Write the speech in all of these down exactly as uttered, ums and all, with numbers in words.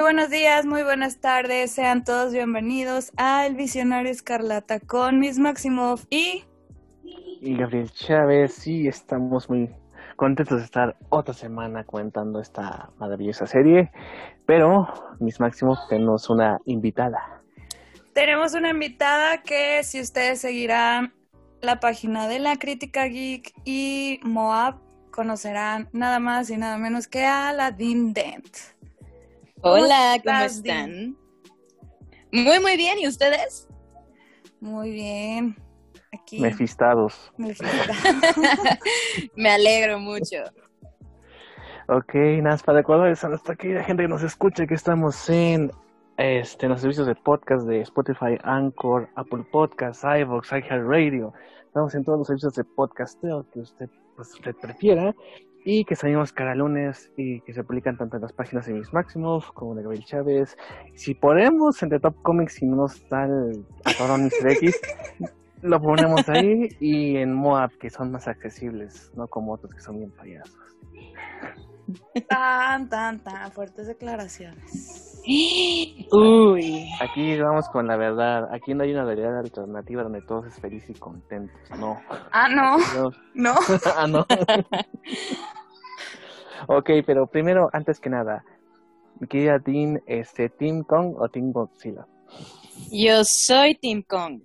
buenos días, muy buenas tardes, sean todos bienvenidos a El Visionario Escarlata con Miss Maximoff y... Y Gabriel Chávez, sí, estamos muy contentos de estar otra semana comentando esta maravillosa serie, pero Miss Maximoff, tenemos una invitada. Tenemos una invitada que si ustedes seguirán la página de La Crítica Geek y Moab, conocerán nada más y nada menos que a la Dim Dent. Hola, ¿cómo estás, están? Dim? Muy, muy bien, ¿y ustedes? Muy bien. Aquí. Mefistados. Mefistados. Me alegro mucho. Ok, nada más para recordarles a nuestra querida gente que nos escucha que estamos en, este, en los servicios de podcast de Spotify, Anchor, Apple Podcasts, iVoox, iHeartRadio. Estamos en todos los servicios de podcasteo que usted, pues, usted prefiera. Y que salimos cada lunes y que se publican tanto en las páginas de Miss Maximoff como de Gabriel Chávez. Si podemos, entre Top Comics, si no está el atorón mister X, lo ponemos ahí, y en Moab, que son más accesibles, no como otros que son bien payasos. Tan, tan, tan fuertes declaraciones. Uy. Aquí vamos con la verdad. Aquí no hay una realidad alternativa donde todos es feliz y contentos. No. Ah, no. No. No. Ah, no. Ok, pero primero, antes que nada, mi querida Team, este, ¿Team Kong o Team Godzilla? Yo soy Team Kong.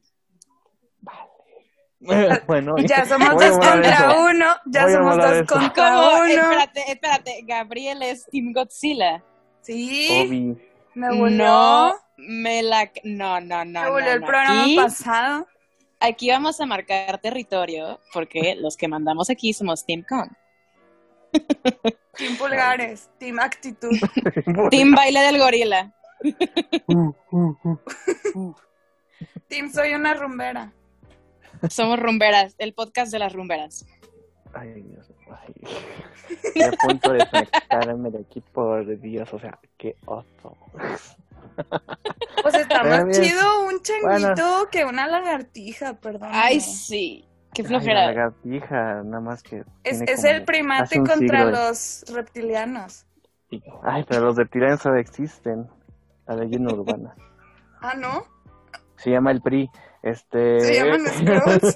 Bueno, ya somos voy a dos morar contra eso. uno. Ya Voy a somos morar dos eso. contra ¿Cómo? uno. Espérate, espérate. Gabriel es Team Godzilla. Sí. Obi. Me volvió. No, me la... No, no, no, Me volvió no, el no. programa Aquí, pasado. aquí vamos a marcar territorio porque los que mandamos aquí somos Team Kong. Team Pulgares. Team Actitud. Team Baile del Gorila. Uh, uh, uh, uh. Team Soy una rumbera. Somos rumberas, el podcast de las rumberas. Ay, Dios, ay. Estoy a punto de desconectarme de aquí, por Dios, o sea, qué oso. Pues está Pero más bien. chido un changuito Bueno. que una lagartija, perdón. Ay, sí, qué Ay, flojera. la lagartija, nada más que Es, tiene es como el primate hace un contra siglo. los reptilianos. Ay, pero los reptilianos ahora existen. La leyenda urbana. Ah, ¿no? Se llama el P R I. Este... Se llaman Skrulls.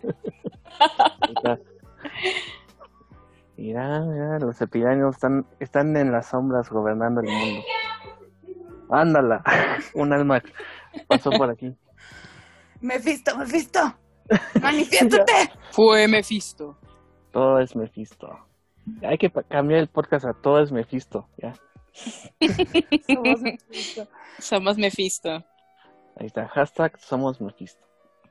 Mira, mira, los reptilianos están, están en las sombras gobernando el mundo. Ándala, un alma pasó por aquí. Mefisto, Mefisto. Manifiéstate. Fue Mephisto. Todo es Mephisto. Hay que pa- cambiar el podcast a Todo es Mephisto, ya. Somos Mefisto. Somos Mephisto. Ahí está, hashtag somos Mephisto.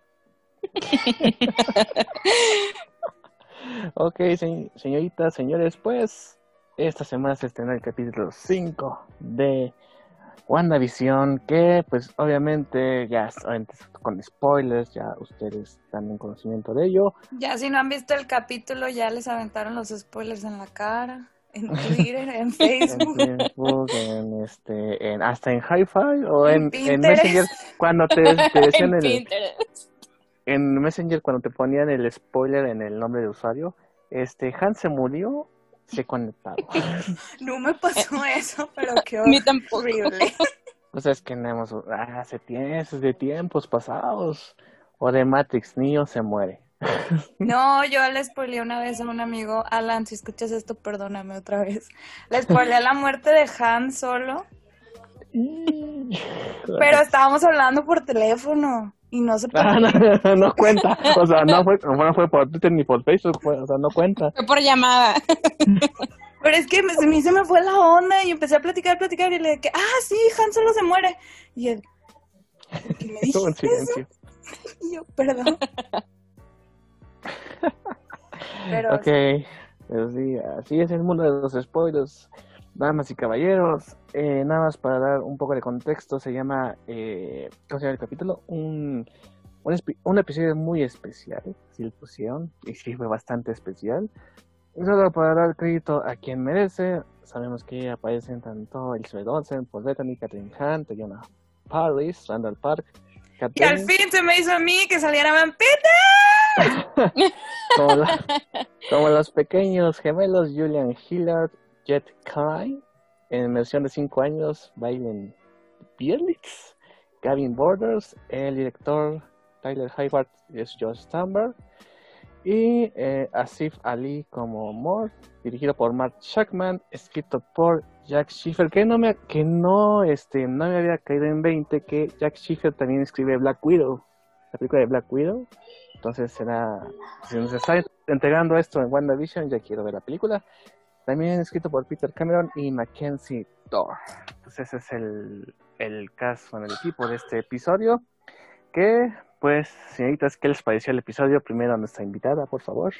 Ok, se- señoritas, señores, pues esta semana se estrena el capítulo cinco de WandaVision, que pues obviamente ya obviamente, con spoilers, ya ustedes están en conocimiento de ello. Ya si no han visto el capítulo, ya les aventaron los spoilers en la cara. En Twitter, en Facebook. En Facebook, en este, en, hasta en Hi-Fi o En en, en Pinterest. Messenger, cuando te, te decían En el, Pinterest. en Messenger cuando te ponían el spoiler en el nombre de usuario, este, Han se murió, se conectaba. No me pasó eso, pero qué A mí tampoco. horrible. O sea, es que no hemos, ah, hace tiempos, de tiempos pasados, o de Matrix, Neo se muere. No, yo le spoileé una vez a un amigo, Alan, si escuchas esto, perdóname otra vez. Le spoileé la muerte de Han Solo, pero estábamos hablando por teléfono y no se Ah, podía. no, no cuenta, o sea, no fue, no fue por Twitter ni por Facebook, fue, o sea, no cuenta. Fue por llamada. Pero es que me- a mí se me fue la onda y empecé a platicar, platicar y le dije, ah, sí, Han Solo se muere. Y él, ¿qué me Estuvo en dijiste eso? silencio. Y yo, perdón. Pero Ok, pues sí, así es el mundo de los spoilers, damas y caballeros. Eh, nada más para dar un poco de contexto, se llama, eh, ¿cómo se llama el capítulo? Un, un, espi- un episodio muy especial, si lo pusieron, y sí fue bastante especial. Y solo para dar crédito a quien merece, sabemos que aparecen tanto Elizabeth Olsen, Paul Bettany, Catherine Hahn, Teyana Parris, Randall Park, Kat y al Dennings, fin se me hizo a mí que saliera Van Peter. como, la- como los pequeños gemelos Julian Hillard, Jet Klein en versión de cinco años, Bailen Bierlitz, Gavin Borders, el director Tyler Hayward es Josh Stamber, y eh, Asif Ali como Mort, dirigido por Mark Shackman, escrito por Jack Schiffer, que no me que no este no me había caído en veinte que Jack Schiffer también escribe Black Widow, la película de Black Widow. Entonces será, si nos está entregando esto en WandaVision, ya quiero ver la película. También escrito por Peter Cameron y Mackenzie Thor. Entonces ese es el, el caso en el equipo de este episodio. Que, pues, señoritas, ¿qué les pareció el episodio? Primero a nuestra invitada, por favor.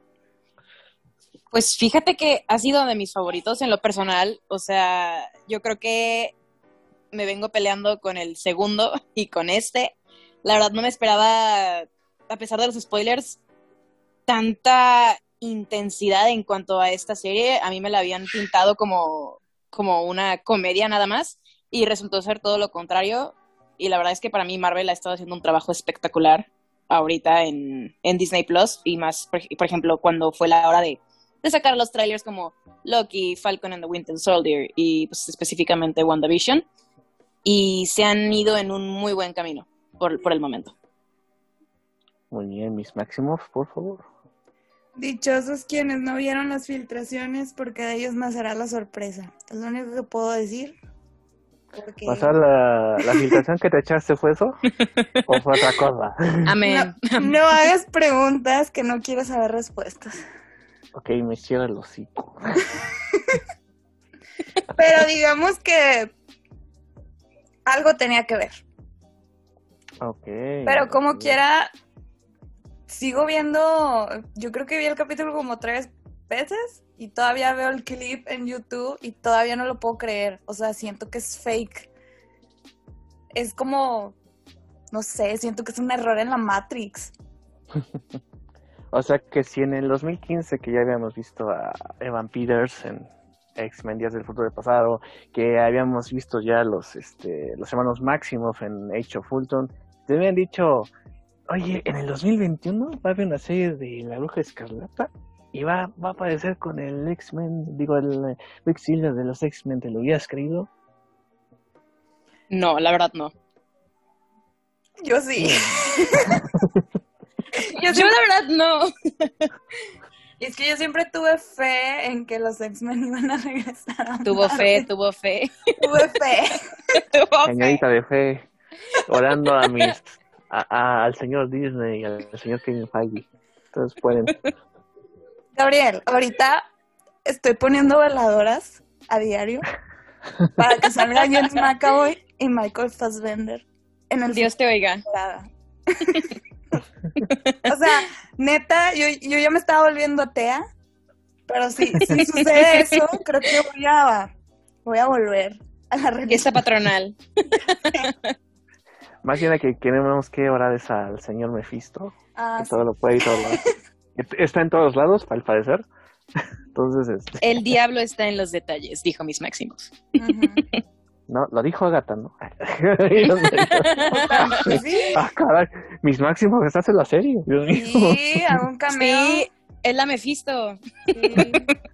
Pues fíjate que ha sido de mis favoritos en lo personal. O sea, yo creo que me vengo peleando con el segundo y con este. La verdad no me esperaba, a pesar de los spoilers, tanta intensidad en cuanto a esta serie. A mí me la habían pintado como, como una comedia nada más y resultó ser todo lo contrario. Y la verdad es que para mí Marvel ha estado haciendo un trabajo espectacular ahorita en, en Disney Plus, y más, por, por ejemplo, cuando fue la hora de, de sacar los trailers como Loki, Falcon and the Winter Soldier y pues, específicamente WandaVision, y se han ido en un muy buen camino por, por el momento. Muy bien, Miss Maximoff, por favor. Dichosos quienes no vieron las filtraciones, porque de ellos nacerá la sorpresa. Es lo único que puedo decir. Porque... ¿Pasar la, la filtración que te echaste fue eso? ¿O fue otra cosa? Amén. No, no hagas preguntas que no quiero saber respuestas. Ok, me cierra el hocico. Pero digamos que algo tenía que ver. Ok. Pero como okay. quiera, sigo viendo, yo creo que vi el capítulo como tres veces y todavía veo el clip en YouTube y todavía no lo puedo creer. O sea, siento que es fake. Es como, no sé, siento que es un error en la Matrix. O sea que si en el dos mil quince que ya habíamos visto a Evan Peters en X-Men Días del Futuro Pasado, que habíamos visto ya los este los hermanos Maximoff en Age of Ultron, te habían dicho, oye, en el dos mil veintiuno va a haber una serie de La Bruja Escarlata y va, va a aparecer con el X-Men, digo, el Rick Silver de los X-Men, ¿te lo hubieras creído? No, la verdad no. Yo sí. yo, yo la verdad no. Y es que yo siempre tuve fe en que los X-Men iban a regresar a Tuvo Marvel. fe, tuvo fe. Tuve fe. tuvo Señorita fe. de fe, orando a mis a, a, al señor Disney y al señor Kevin Feige. Entonces pueden. Gabriel, ahorita estoy poniendo veladoras a diario para que salga James McAvoy y Michael Fassbender en el Dios te oiga. O sea, neta, yo, yo ya me estaba volviendo atea, pero si, si sucede eso, creo que voy a, voy a volver a la religión. Esa patronal. Más bien que tenemos que orar es al señor Mephisto, Ah, que sí. todo lo puede y todo lo está en todos lados, al parecer. Entonces, este... El diablo está en los detalles, dijo Miss Maximus. Uh-huh. No, lo dijo Agatha, ¿no? ¿Sí? Ah, caray, Miss Máximo, estás en la serie, Dios mío. Sí, hago un cameo. Sí, es la Mephisto. Sí.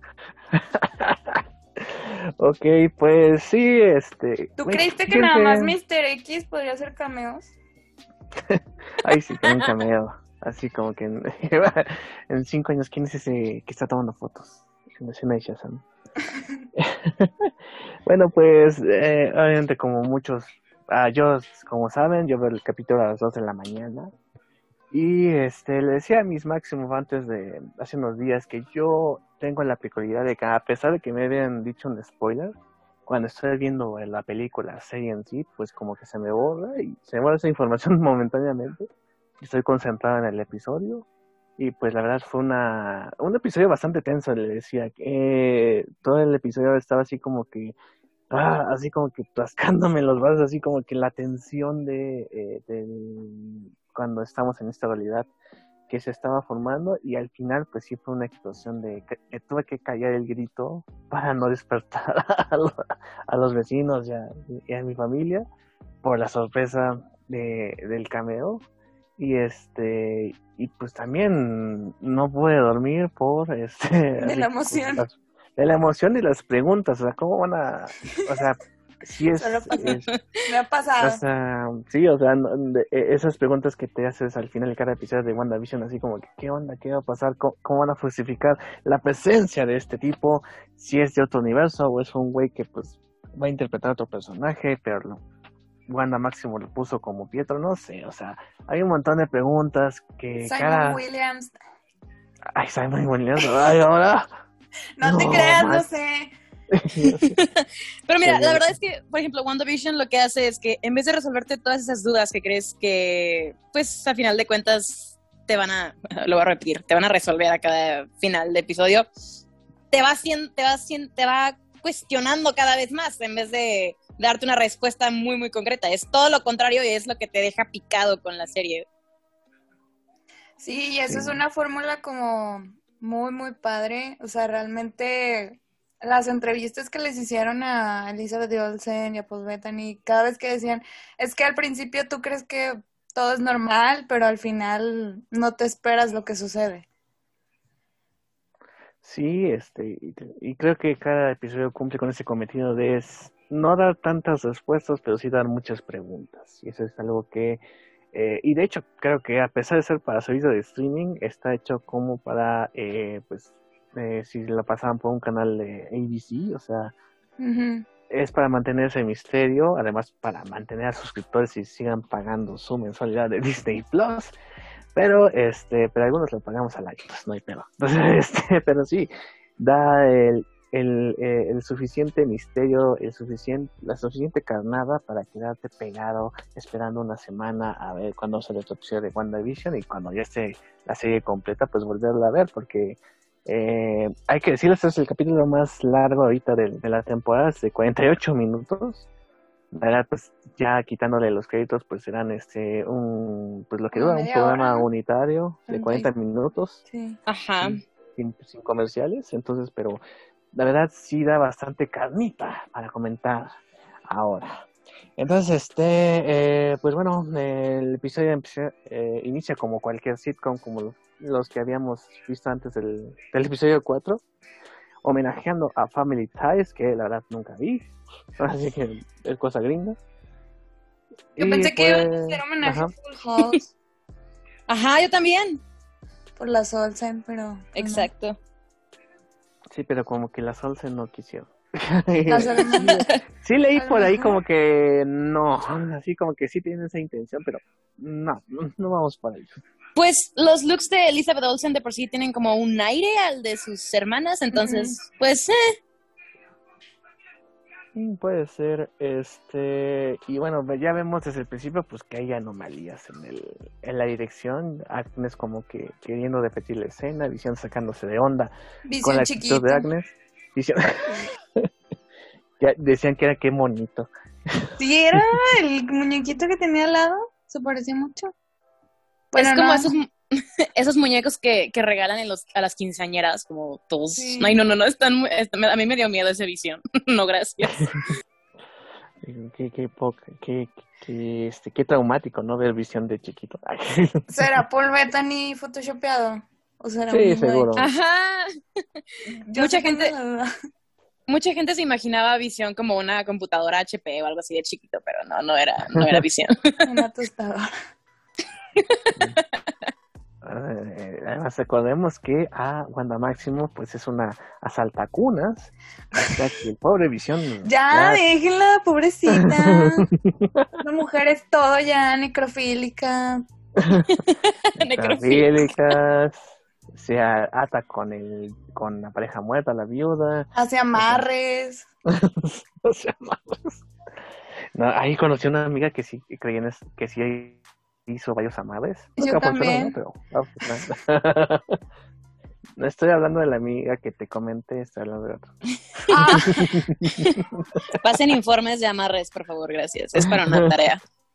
Ok, pues sí, este... ¿Tú güey, creíste que fíjense... nada más mister X podría hacer cameos? Ay, sí, con un cameo. Así como que en, en cinco años, ¿quién es ese que está tomando fotos? En la escena de Shazam. Bueno, pues, eh, obviamente como muchos, ah, yo, como saben, yo veo el capítulo a las dos de la mañana. Y este le decía a Miss Máximo antes de, hace unos días, que yo tengo la peculiaridad de que a pesar de que me habían dicho un spoiler, cuando estoy viendo la película, serie en sí, pues como que se me borra y se me borra esa información momentáneamente. Estoy concentrado en el episodio y pues la verdad fue una un episodio bastante tenso, le decía que eh, todo el episodio estaba así como que ah, así como que rascándome los brazos, así como que la tensión de eh, del, cuando estamos en esta realidad que se estaba formando, y al final pues sí fue una explosión de que eh, tuve que callar el grito para no despertar a, lo, a los vecinos y a, y a mi familia por la sorpresa de, del cameo. Y este y pues también no pude dormir por este De la emoción. por, de la emoción y las preguntas, o sea, ¿cómo van a, o sea, sí es, Solo pasa- es- Me ha pasado. o sea, sí, o sea, no- de- e- esas preguntas que te haces al final de cada episodio de WandaVision, así como que, ¿qué onda? ¿Qué va a pasar? ¿Cómo, cómo van a justificar la presencia de este tipo? Si es de otro universo o es un güey que, pues, va a interpretar a otro personaje, pero lo, Wanda Máximo lo puso como Pietro, no sé, o sea, hay un montón de preguntas que Simon cada... Williams. Ay, Simon Williams, ay, ahora... No, te No, creas, man. no sé. Pero mira, Sí. la verdad es que, por ejemplo, WandaVision lo que hace es que en vez de resolverte todas esas dudas que crees que, pues, a final de cuentas te van a, lo voy a repetir, te van a resolver a cada final de episodio, te va haciendo, te va haciendo, te va cuestionando cada vez más en vez de darte una respuesta muy, muy concreta. Es todo lo contrario y es lo que te deja picado con la serie. Sí, y eso Sí. es una fórmula como muy, muy padre. O sea, realmente las entrevistas que les hicieron a Elizabeth Olsen y a Paul Bettany, cada vez que decían, es que al principio tú crees que todo es normal, pero al final no te esperas lo que sucede. Sí, este, y, y creo que cada episodio cumple con ese cometido de es no dar tantas respuestas, pero sí dar muchas preguntas. Y eso es algo que, eh, y de hecho, creo que a pesar de ser para servicio de streaming, está hecho como para, eh, pues, eh, si la pasaban por un canal de A B C, o sea, Ujú. es para mantener ese misterio, además para mantener a suscriptores y sigan pagando su mensualidad de Disney Plus. Pero este, pero algunos lo pagamos al año, pues no hay pedo. Entonces, este, pero sí, da el, el, eh, el suficiente misterio, el suficiente, la suficiente carnada para quedarte pegado esperando una semana a ver cuándo sale tu episodio de WandaVision y cuando ya esté la serie completa, pues volverla a ver, porque eh, hay que decirles, este es el capítulo más largo ahorita de, de la temporada, es de cuarenta y ocho minutos. La verdad, pues ya quitándole los créditos, pues serán este un pues lo que Como dura un media programa hora, ¿no? unitario de cuarenta minutos Sí. Ajá. sin, sin, sin comerciales, entonces, pero la verdad sí da bastante carnita para comentar ahora. Entonces, este, eh, pues bueno, el episodio empieza, eh, inicia como cualquier sitcom, como los que habíamos visto antes del, del episodio cuatro, homenajeando a Family Ties, que la verdad nunca vi, así que es cosa gringa. Yo Y pensé que iban a pues, hacer homenaje ajá. a Full House Ajá, yo también. por las Olsen, pero pues, no. Exacto. Sí, pero como que las Olsen no quisieron. Las hermanas. sí, sí leí A lo por ahí mejor. como que no, así como que sí tienen esa intención, pero no, no, no vamos por ahí. Pues los looks de Elizabeth Olsen de por sí tienen como un aire al de sus hermanas, entonces, pues, eh. Mm, puede ser, este, y bueno, ya vemos desde el principio pues que hay anomalías en el, en la dirección, Agnes como que queriendo repetir la escena, Visión sacándose de onda con Visión la actitud chiquito. de Agnes, Visión, ya decían que era qué bonito. Sí, era el muñequito que tenía al lado. Se parecía mucho. Bueno, es como no. esos, esos muñecos que, que regalan en los, a las quinceañeras, como todos. Sí. Ay, no, no, no, están muy, están- a mí me dio miedo esa visión. No, gracias. Qué, qué, poca, qué, qué, este, qué traumático, ¿no? Ver Visión de chiquito. ¿Será Paul Bettany photoshopeado? ¿O será Sí, un niño seguro. de- Ajá. Yo Mucha sí tengo gente- la duda. Mucha gente se imaginaba Visión como una computadora H P o algo así de chiquito, pero no, no era, no era Visión. Una tostadora. Eh, Además, recordemos que a Wanda Máximo, pues es una asaltacunas. O sea que el pobre Visión. Ya, la- déjenla, pobrecita. La mujer es todo ya necrofílica. Necrofílicas, se a- ata con el con la pareja muerta, la viuda. Hace amarres. O sea, malos. No, ahí conocí a una amiga que sí creía en es- que sí hizo varios amarres. Yo Nunca funcionó, también. ¿no? Pero no, no estoy hablando de la amiga que te comenté, estoy hablando de otra. Ah, Pasen informes de amarres, por favor, gracias. Es para una tarea.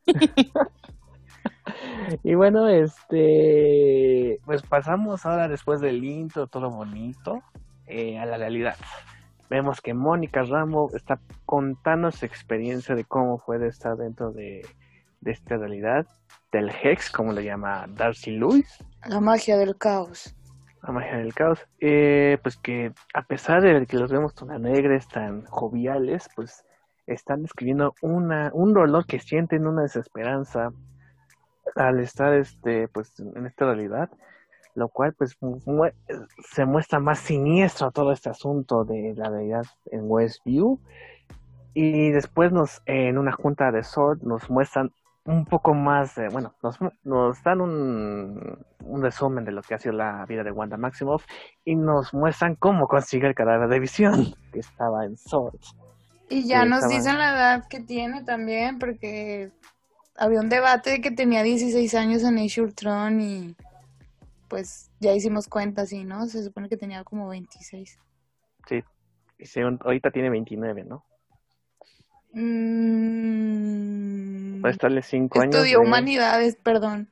Y bueno, este, pues pasamos ahora después del intro, todo bonito, eh, a la realidad. Vemos que Mónica Rambo está contando su experiencia de cómo fue de estar dentro de, de esta realidad, del Hex, como le llama Darcy Lewis. la magia del caos. La magia del caos. Eh, pues que a pesar de que los vemos tan alegres, tan joviales, pues están describiendo una, un dolor que sienten, una desesperanza al estar este, pues, en esta realidad, lo cual pues mu- se muestra más siniestro todo este asunto de la realidad en Westview. Y después nos, en una junta de S W O R D, nos muestran un poco más, de, bueno, nos, nos dan un, un resumen de lo que ha sido la vida de Wanda Maximoff y nos muestran cómo consigue el cadáver de Visión, que estaba en S W O R D. Y ya que nos estaba- dicen la edad que tiene también, porque había un debate de que tenía dieciséis años en Age of Ultron y pues ya hicimos cuentas, ¿sí, no? Se supone que tenía como veintiséis. Sí, y según, ahorita tiene veintinueve, ¿no? Mm, Va a estarle cinco años. Estudió de- humanidades, perdón.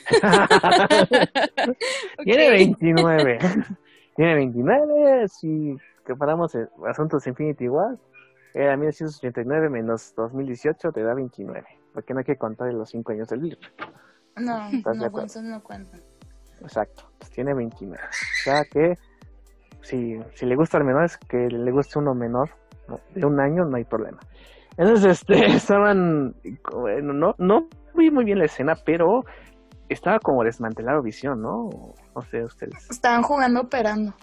Tiene Ok. veintinueve. Tiene veintinueve. Si comparamos el Asuntos Infinity War, era mil novecientos ochenta y nueve menos dos mil dieciocho, te da veintinueve. Porque no hay que contar los cinco años del libro. No, ¿Estás de no, acuerdo? esos no cuentan. Exacto, pues tiene veintinueve. O sea que si, si le gusta al menor, es que le guste uno menor, ¿no? De un año, no hay problema. Entonces, este, estaban, bueno, no, no vi muy bien la escena, pero estaba como desmantelado Visión, ¿no? No sé, ustedes. Estaban jugando operando.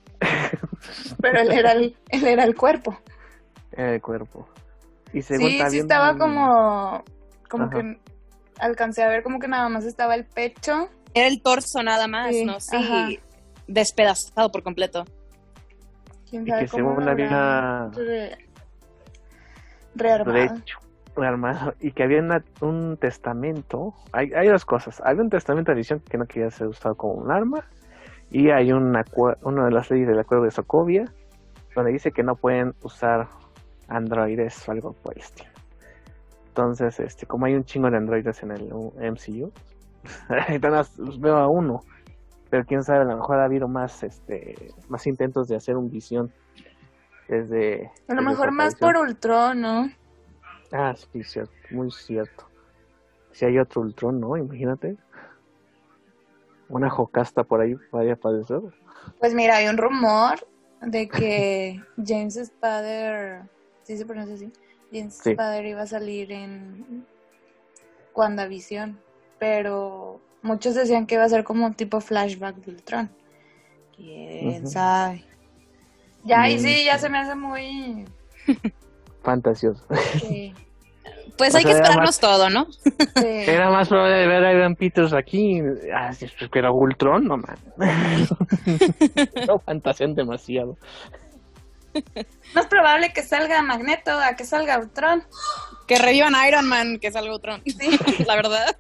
Pero él era el, él era el cuerpo. El cuerpo. Y según Sí, estaba sí viendo estaba un- como, como Ajá. que alcancé a ver como que nada más estaba el pecho. Era el torso nada más, Sí, ¿no? Sí, ajá. despedazado por completo. ¿Quién Y sabe que cómo según lo había- habrá re- rearmado? derecho armado, y que había una- un testamento. Hay, hay dos cosas. Había un testamento de Visión que no quería ser usado como un arma, y hay una, acue- una de las leyes del acuerdo de Sokovia donde dice que no pueden usar androides o algo por el estilo. Entonces, este, como hay un chingo de androides en el U- M C U, ahorita nada más veo a uno, pero quién sabe, a lo mejor ha habido más, este, más intentos de hacer un Visión desde. A lo desde mejor su más aparición. por Ultron, ¿no? Ah, sí, cierto, muy cierto. Si hay otro Ultron, ¿no? Imagínate. Una Jocasta por ahí vaya a aparecer. Pues mira, hay un rumor de que James Spader, ¿sí se pronuncia así? James Sí. Spader iba a salir en WandaVision, pero muchos decían que iba a ser como un tipo flashback de Ultron. ¿Quién Ujú. sabe? Ya, y Mm, sí, ya sí. se me hace muy... Fantasioso. Sí, Pues O hay sea, que era esperarnos más- todo, ¿no? sí. Era más probable de ver a Ivan Peters aquí. Ah, sí, pero Ultron, no man. No fantasean demasiado. Más probable que salga Magneto a que salga Ultron. Que revivan a Iron Man, que es algo otro. Sí, la verdad.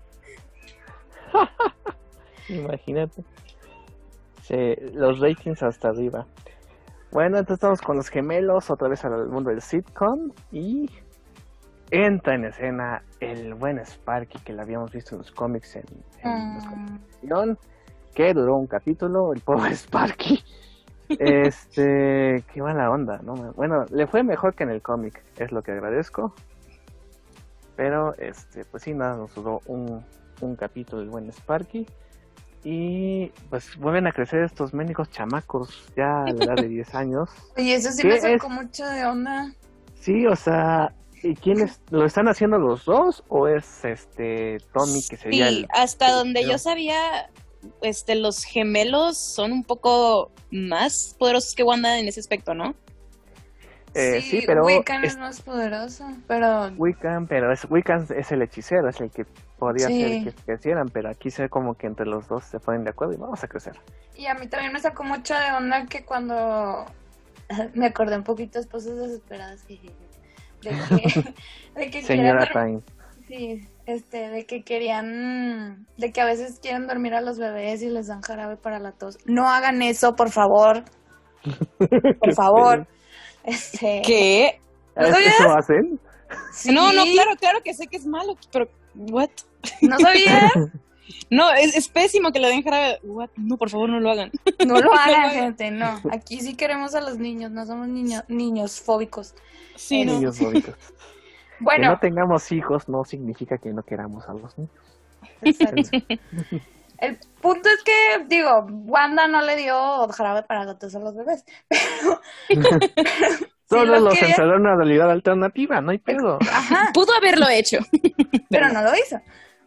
Imagínate. Sí, los ratings hasta arriba. Bueno, entonces estamos con los gemelos, otra vez al mundo del sitcom. Y entra en escena el buen Sparky que lo habíamos visto en los cómics en, en los Mm, cómics, que duró un capítulo, el pobre Sparky. Este, qué mala onda, ¿no? Bueno, le fue mejor que en el cómic, es lo que agradezco. Pero, este, pues sí, nada, nos duró un, un capítulo el buen Sparky. Y pues vuelven a crecer estos médicos chamacos ya a la edad de diez años. Oye, eso sí ¿Qué me es? sacó mucho de onda. Sí, o sea, ¿y quiénes lo están haciendo los dos? ¿O es este Tommy que sería Sí, el... hasta el- donde yo sabía, este, los gemelos son un poco más poderosos que Wanda en ese aspecto, ¿no? Eh, sí, pero Wiccan es es- más poderoso, pero... Wiccan, pero es, Wiccan es el hechicero, es el que podría Sí. hacer que crecieran, pero aquí se ve como que entre los dos se ponen de acuerdo y vamos a crecer. Y a mí también me sacó mucho de onda que cuando... Me acordé un poquito de Esposas Desesperadas, jejeje, de que, de que Señora quieren dormir- Time. sí, este, de que querían, de que a veces quieren dormir a los bebés y les dan jarabe para la tos. No hagan eso, por favor, por favor. Este, ¿Qué? ¿No ¿Es- sabías? ¿Eso hacen? sí, No, no, claro, claro que sé que es malo, pero what? ¿No sabías? No, es, es pésimo que le den jarabe. What? No, por favor, no lo hagan. No lo hagan, gente, no. Aquí sí queremos a los niños, no somos niños, niños fóbicos. Sí, no. Niños bonitos. Que Bueno, no tengamos hijos no significa que no queramos a los niños. exacto. El punto es que, digo, Wanda no le dio jarabe para gatos a los bebés, pero... Todos sí lo los quería. encerraron una realidad alternativa, no hay pedo. Ajá, Pudo haberlo hecho. pero no lo hizo.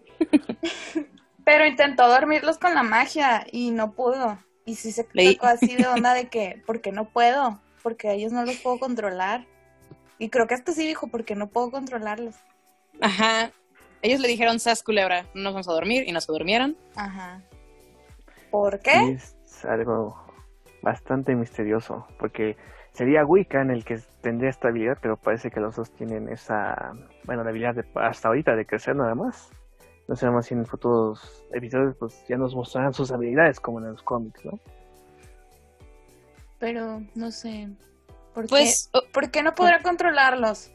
Pero intentó dormirlos con la magia y no pudo. Y sí se Leí. sacó así de onda de que, ¿por qué no puedo? Porque a ellos no los puedo controlar. Y creo que hasta sí dijo, porque no puedo controlarlos. Ajá. Ellos le dijeron, sas culebra, no nos vamos a dormir, y no se durmieron. Ajá. ¿Por Y qué? es algo bastante misterioso, porque sería Wiccan el que tendría esta habilidad, pero parece que los dos tienen esa, bueno, la habilidad de, hasta ahorita de crecer nada más. No sabemos si en futuros episodios pues ya nos mostrarán sus habilidades como en los cómics, ¿no? Pero, no sé. ¿Por Pues, qué? oh, ¿Por qué no podrá controlarlos?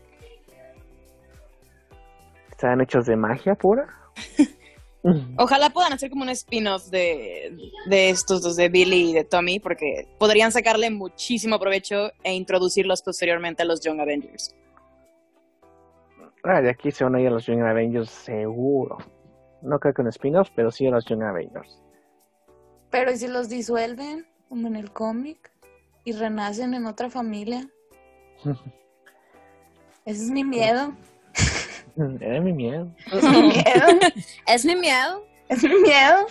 ¿Estarán hechos de magia pura? ojalá puedan hacer como un spin-off de, de estos dos, de Billy y de Tommy, porque podrían sacarle muchísimo provecho e introducirlos posteriormente a los Young Avengers. Ah, de aquí se van a ir a los Young Avengers seguro. No creo que un spin-off, pero sí a los Young Avengers. Pero ¿y si los disuelven, como en el cómic, y renacen en otra familia? Ese es mi miedo. Era mi miedo. Es mi miedo. Es mi miedo. Es mi miedo.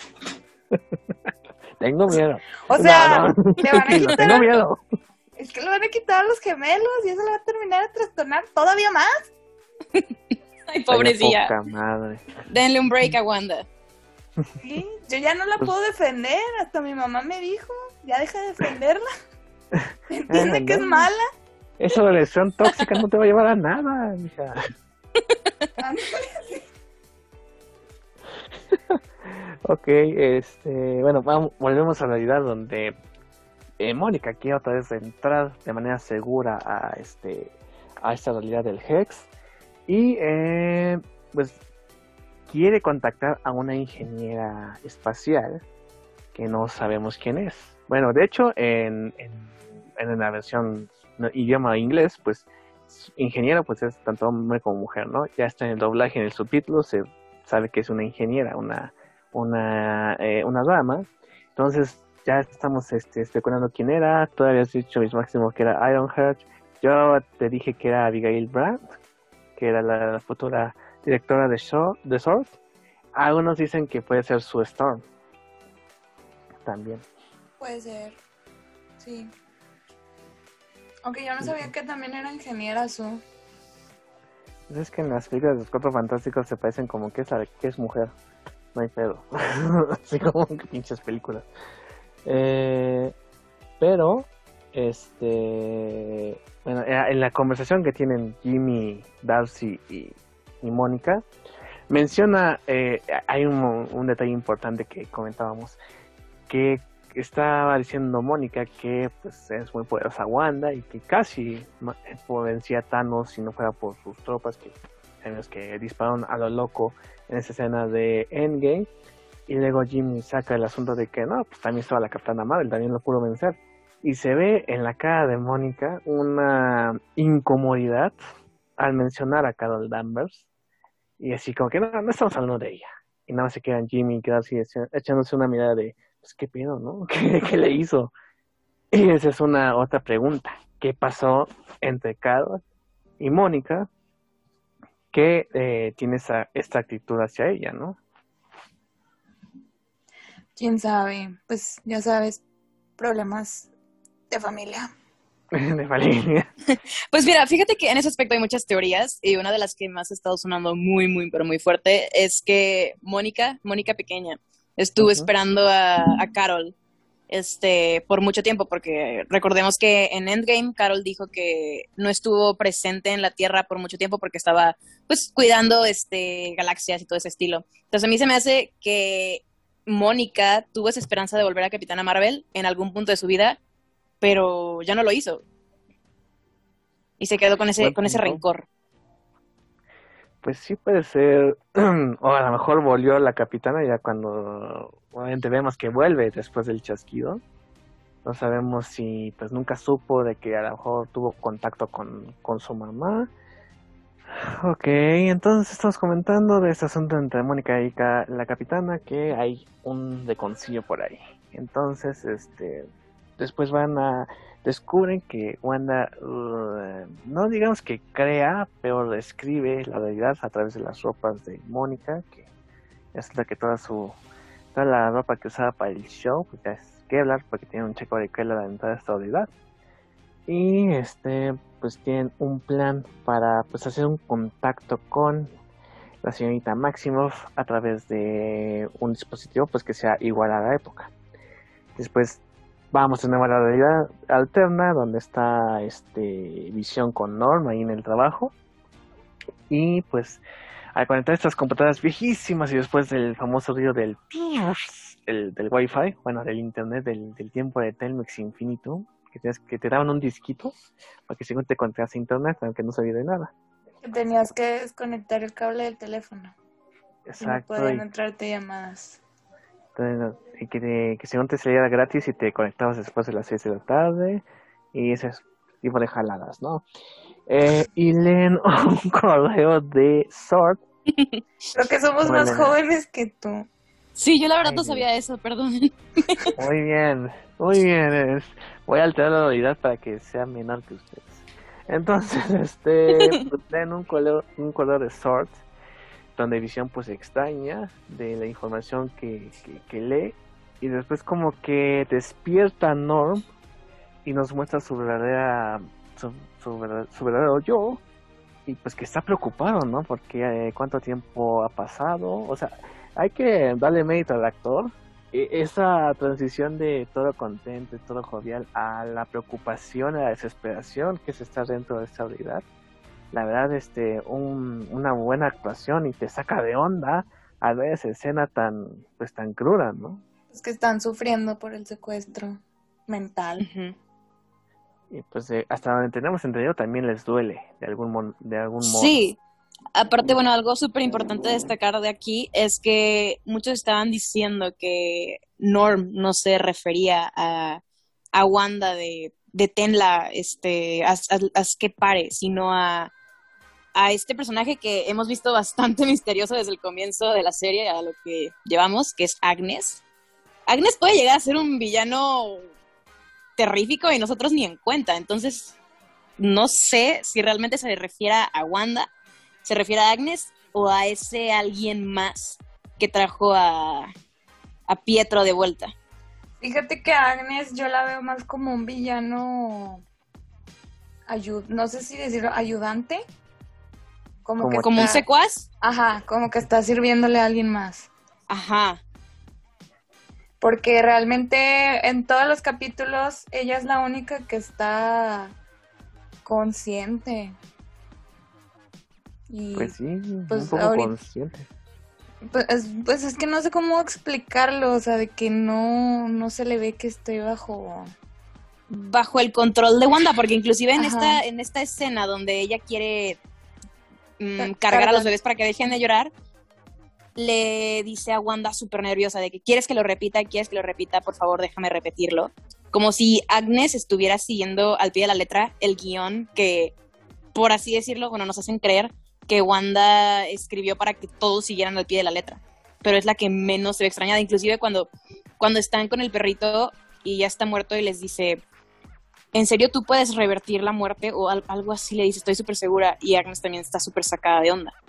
Tengo miedo. O sea, No, no. le van a No quitar tengo a- miedo. Es que le van a quitar a los gemelos y eso le va a terminar de trastornar todavía más. Ay, pobrecilla. Ay, poca madre. Denle un break a Wanda. Sí, yo ya no la Pues- puedo defender. Hasta mi mamá me dijo, ya deja de defenderla. Entiende Ay, que es no. mala. Esa relación tóxica no te va a llevar a nada, mija. Ok, este, bueno, vamos, volvemos a la realidad donde eh, Mónica quiere otra vez entrar de manera segura a este a esta realidad del Hex y eh, pues quiere contactar a una ingeniera espacial que no sabemos quién es. Bueno, de hecho en, en, en la versión no, idioma inglés, pues ingeniero pues es tanto hombre como mujer, ¿no? Ya está en el doblaje, en el subtítulo se sabe que es una ingeniera, una una eh, una dama. Entonces ya estamos este, especulando quién era. Tú habías dicho, Miss Máximo, que era Ironheart. Yo te dije que era Abigail Brandt, que era la, la futura directora de show de S W O R D. Algunos dicen que puede ser Sue Storm también. Puede ser, sí. Aunque yo no sabía que también era ingeniera su. Es que en las películas de los Cuatro Fantásticos se parecen como que es, la- que es mujer. No hay pedo. Así como que pinches películas. Eh, pero, este. Bueno, eh, en la conversación que tienen Jimmy, Darcy y, y Mónica, menciona. Eh, hay un, un detalle importante que comentábamos. Que estaba diciendo Mónica que pues es muy poderosa Wanda y que casi ma- vencía a Thanos si no fuera por sus tropas que en los que dispararon a lo loco en esa escena de Endgame. Y luego Jimmy saca el asunto de que no, pues también estaba la Capitana Marvel, también lo pudo vencer. Y se ve en la cara de Mónica una incomodidad al mencionar a Carol Danvers. Y así como que no, no estamos hablando de ella. Y nada más se quedan Jimmy y Darcy echándose una mirada de pues qué pedo, ¿no? ¿Qué, qué le hizo? Y esa es una otra pregunta. ¿Qué pasó entre Carol y Mónica que eh, tiene esa, esta actitud hacia ella, ¿no? Quién sabe, pues ya sabes, problemas de familia. De Valeria. Pues mira, fíjate que en ese aspecto hay muchas teorías y una de las que más ha estado sonando muy, muy, pero muy fuerte es que Mónica, Mónica pequeña, estuvo Ujú. esperando a, a Carol este, por mucho tiempo, porque recordemos que en Endgame Carol dijo que no estuvo presente en la Tierra por mucho tiempo porque estaba pues cuidando este, galaxias y todo ese estilo. Entonces a mí se me hace que Mónica tuvo esa esperanza de volver a Capitana Marvel en algún punto de su vida, pero ya no lo hizo. Y se quedó con ese, Buen con ese punto. rencor. Pues sí puede ser, o a lo mejor volvió la capitana ya cuando obviamente vemos que vuelve después del chasquido. No sabemos si pues nunca supo de que a lo mejor tuvo contacto con, con su mamá. Ok, entonces estamos comentando de este asunto entre Mónica y Ca- la capitana, que hay un deconcillo por ahí. Entonces, este, después van a, descubren que Wanda, uh, no digamos que crea, pero describe la realidad a través de las ropas de Mónica, que es la que toda su, toda la ropa que usaba para el show, pues ya es Kevlar, porque tiene un checo de Kevlar en toda esta realidad. Y este, pues tienen un plan para pues hacer un contacto con la señorita Maximoff a través de un dispositivo pues que sea igual a la época. Después vamos a una nueva realidad alterna donde está este Visión con Norm ahí en el trabajo. Y pues al conectar estas computadoras viejísimas y después del famoso ruido del el, del Wi-Fi, bueno, del internet del, del tiempo de Telmex Infinito, que, tienes, que te daban un disquito para que según te conectas a internet, aunque no sabía de nada. Tenías que desconectar el cable del teléfono. Exacto. Y no podían Y, entrarte llamadas. entonces, y que, te, que según te saliera gratis y te conectabas después de las seis de la tarde y ese tipo de jaladas, ¿no? Eh, y leen un correo de Sword. Creo que somos Bueno, más jóvenes que tú. Sí, yo la verdad ay, no Dios. sabía eso, perdón. Muy bien, muy bien. Es, voy a alterar la realidad para que sea menor que ustedes. Entonces, este, pues, leen un color, un color de Sword, donde Visión pues se extraña de la información que, que, que lee, y después como que despierta a Norm y nos muestra su verdadera, su, su, verdad- su verdadero yo, y pues que está preocupado, ¿no? Porque eh, cuánto tiempo ha pasado, o sea, hay que darle mérito al actor. E- esa transición de todo contento, todo jovial, a la preocupación, a la desesperación que se está dentro de esta realidad, la verdad, este, un, una buena actuación y te saca de onda al ver esa escena tan, pues tan cruda, ¿no? Los que están sufriendo por el secuestro mental. Ujú. Y pues eh, hasta donde tenemos entendido también les duele de algún mon- de algún modo. Sí, aparte, bueno, algo súper importante destacar de aquí es que muchos estaban diciendo que Norm no se refería a, a Wanda de deténla, este, haz, haz- haz que pare, sino a, a este personaje que hemos visto bastante misterioso desde el comienzo de la serie, a lo que llevamos, que es Agnes. Agnes puede llegar a ser un villano terrífico y nosotros ni en cuenta, entonces no sé si realmente se refiere a Wanda, se refiere a Agnes o a ese alguien más que trajo a, a Pietro de vuelta. Fíjate que Agnes yo la veo más como un villano, ayud no sé si decirlo, ayudante. Como, Como que Como un está, secuaz. ajá, como que está sirviéndole a alguien más. Ajá. Porque realmente en todos los capítulos ella es la única que está consciente. Y Pues sí, pues un poco ahorita, consciente. pues es, pues es que no sé cómo explicarlo, o sea, de que no, no se le ve que esté bajo... Bajo el control de Wanda, porque inclusive en Ajá. esta, en esta escena donde ella quiere mm, Ca- cargar a los cargar. bebés para que dejen de llorar, le dice a Wanda súper nerviosa de que quieres que lo repita, quieres que lo repita, por favor déjame repetirlo. Como si Agnes estuviera siguiendo al pie de la letra el guión que, por así decirlo, bueno, nos hacen creer que Wanda escribió para que todos siguieran al pie de la letra. Pero es la que menos se ve extrañada. Inclusive cuando, cuando están con el perrito y ya está muerto y les dice, ¿en serio tú puedes revertir la muerte? O al, algo así le dice, estoy súper segura. Y Agnes también está súper sacada de onda.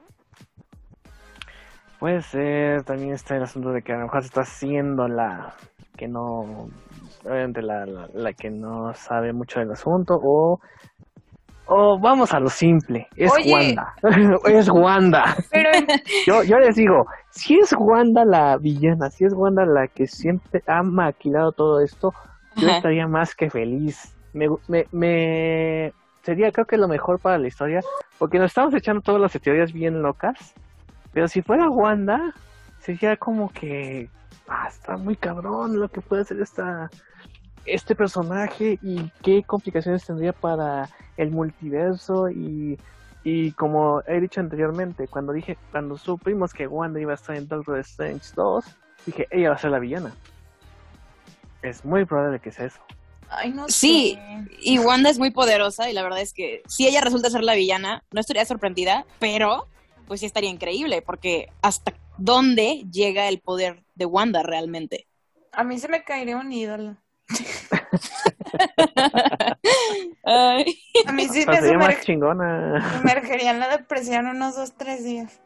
Puede ser, también está el asunto de que a lo mejor se está haciendo la que no, obviamente la, la, la que no sabe mucho del asunto, o, o vamos a lo simple, es Oye. Wanda, es Wanda. Pero Yo, yo les digo, si es Wanda la villana, si es Wanda la que siempre ha maquilado todo esto, yo Ajá. estaría más que feliz. Me, me, me sería, creo que lo mejor para la historia, porque nos estamos echando todas las teorías bien locas. Pero si fuera Wanda, sería como que ah, está muy cabrón lo que puede hacer esta, este personaje y qué complicaciones tendría para el multiverso y, y como he dicho anteriormente, cuando dije, cuando supimos que Wanda iba a estar en Doctor Strange dos, dije, ella va a ser la villana. Es muy probable que sea eso. Ay, no Sí, sé. y Wanda es muy poderosa y la verdad es que si ella resulta ser la villana, no estaría sorprendida, pero pues sí estaría increíble porque hasta dónde llega el poder de Wanda realmente. A mí se me caería un ídolo. Ay. A mí sí Pero me sería más sumer- chingona. sumergería en la depresión unos dos, tres días.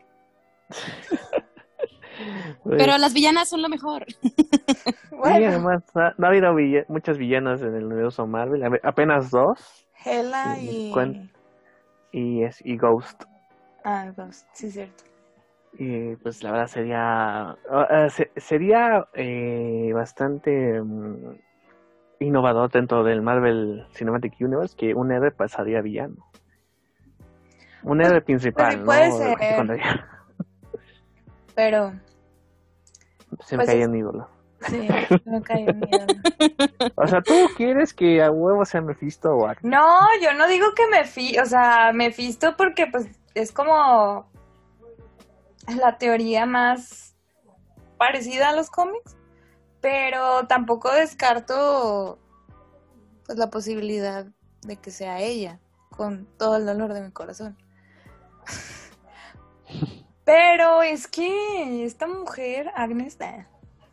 Pero Pues, las villanas son lo mejor. sí, Bueno, además, ha- no ha habido villa- muchas villanas en el universo Marvel, a ver, apenas dos, Hela y, cuen- y... y, es, y Ghost. Ah, Ghost, sí es cierto. Y pues la verdad sería, ah, ah, se- sería eh, bastante mm, innovador dentro del Marvel Cinematic Universe que un héroe pasaría villano. Un Pues, héroe pues sí principal, puede ¿no? Así ser, cuando ya pero se me pues caía es, un ídolo. sí, me cayó un ídolo. O sea, ¿tú quieres que a huevo sea Mephisto o Agnes? No, yo no digo que me fi, o sea, me fisto porque pues es como la teoría más parecida a los cómics, pero tampoco descarto pues la posibilidad de que sea ella, con todo el dolor de mi corazón. Pero es que esta mujer, Agnes, eh,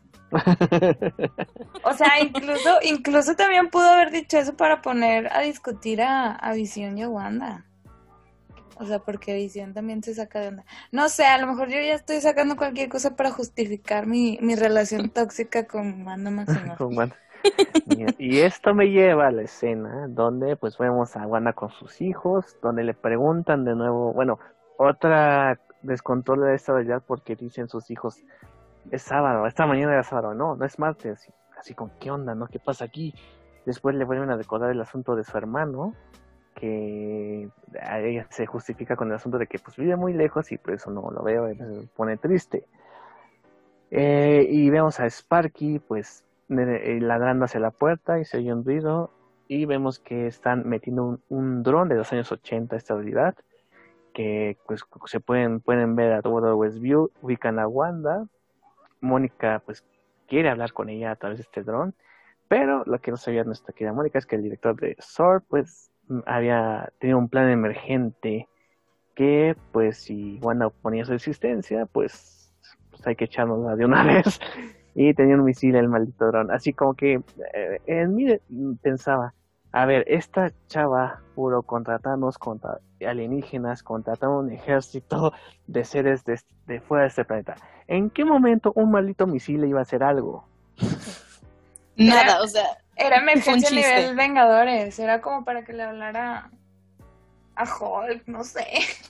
o sea, incluso, incluso también pudo haber dicho eso para poner a discutir a, a Visión y a Wanda. O sea, porque Visión también se saca de onda. No sé, a lo mejor yo ya estoy sacando cualquier cosa para justificar mi, mi relación tóxica con Wanda Maximoff. Con Wanda. Mira, y esto me lleva a la escena donde pues vemos a Wanda con sus hijos, donde le preguntan de nuevo, bueno, otra descontrol de esta realidad porque dicen sus hijos, es sábado, esta mañana era sábado, no, no es martes, así con qué onda, ¿no? ¿Qué pasa aquí? Después le vuelven a recordar el asunto de su hermano, que a ella se justifica con el asunto de que pues vive muy lejos y por eso no lo veo y se pone triste. Eh, y vemos a Sparky pues eh, ladrando hacia la puerta y se oye un ruido y vemos que están metiendo un, un dron de los años ochenta a esta realidad que pues se pueden, pueden ver a todo Westview, ubican a Wanda, Mónica pues quiere hablar con ella a través de este dron, pero lo que no sabía nuestra querida Mónica es que el director de S W O R D pues había tenido un plan emergente que pues si Wanda oponía su existencia pues pues hay que echárnosla de una vez. Y tenía un misil el maldito dron. Así como que eh, en mí pensaba, a ver, esta chava puro contratarnos contra alienígenas, contratar un ejército de seres de, de fuera de este planeta. ¿En qué momento un maldito misil le iba a hacer algo? Nada, Era, o sea, era fue un emergencia a chiste. nivel Vengadores, era como para que le hablara a Hulk, no sé.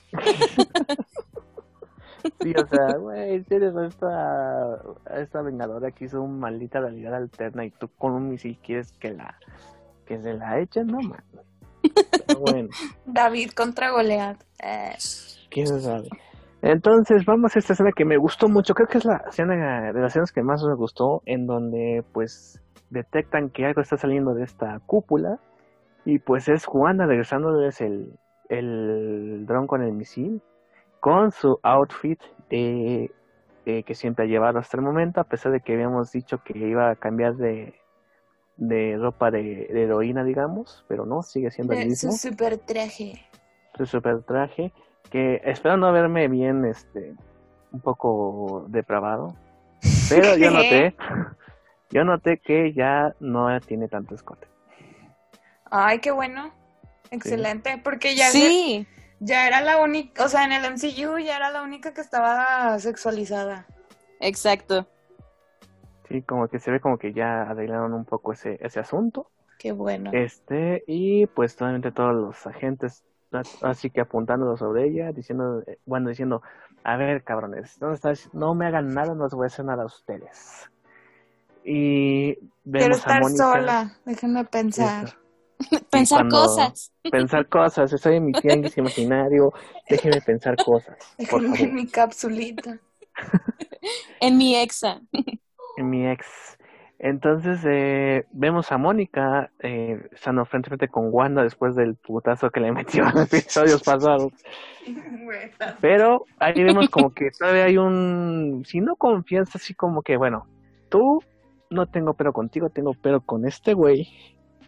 Sí, o sea, güey, si eres esta, esta vengadora que hizo una maldita realidad alterna y tú con un misil quieres que la que se la echen, no man. Pero bueno, David contra Goliat. Eh. quién sabe. Entonces vamos a esta escena que me gustó mucho, creo que es la escena de las escenas que más me gustó, en donde pues detectan que algo está saliendo de esta cúpula y pues es Juana regresándoles el, el dron con el misil con su outfit de, de que siempre ha llevado hasta el momento, a pesar de que habíamos dicho que iba a cambiar de, de ropa de, de heroína, digamos, pero no, sigue siendo el De su mismo, super traje. su super traje, que espero no verme bien, este, un poco depravado, pero yo noté, yo noté que ya no tiene tanto escote. Ay, qué bueno. Excelente, porque ya, se- Sí, ya era la única, o sea, en el M C U ya era la única que estaba sexualizada. exacto. Sí, como que se ve como que ya arreglaron un poco ese, ese asunto. Qué bueno. Este, y pues totalmente todos los agentes, así que apuntando sobre ella, diciendo, eh, bueno, diciendo, a ver, cabrones, ¿dónde estás? No me hagan nada, no les voy a hacer nada a ustedes. Y Quiero vemos a estar Mónica. sola, déjenme pensar. Eso. Pensar cuando- cosas. Pensar cosas, estoy en mi tianguis imaginario, déjenme pensar cosas, por Déjenme en favor. mi capsulita. En mi exa. En mi ex. Entonces eh, vemos a Mónica eh, estando frente a frente con Wanda después del putazo que le metió en episodios pasados. Pero ahí vemos como que todavía hay un, si no confianza, así como que, bueno, tú no tengo pero contigo, tengo pero con este güey.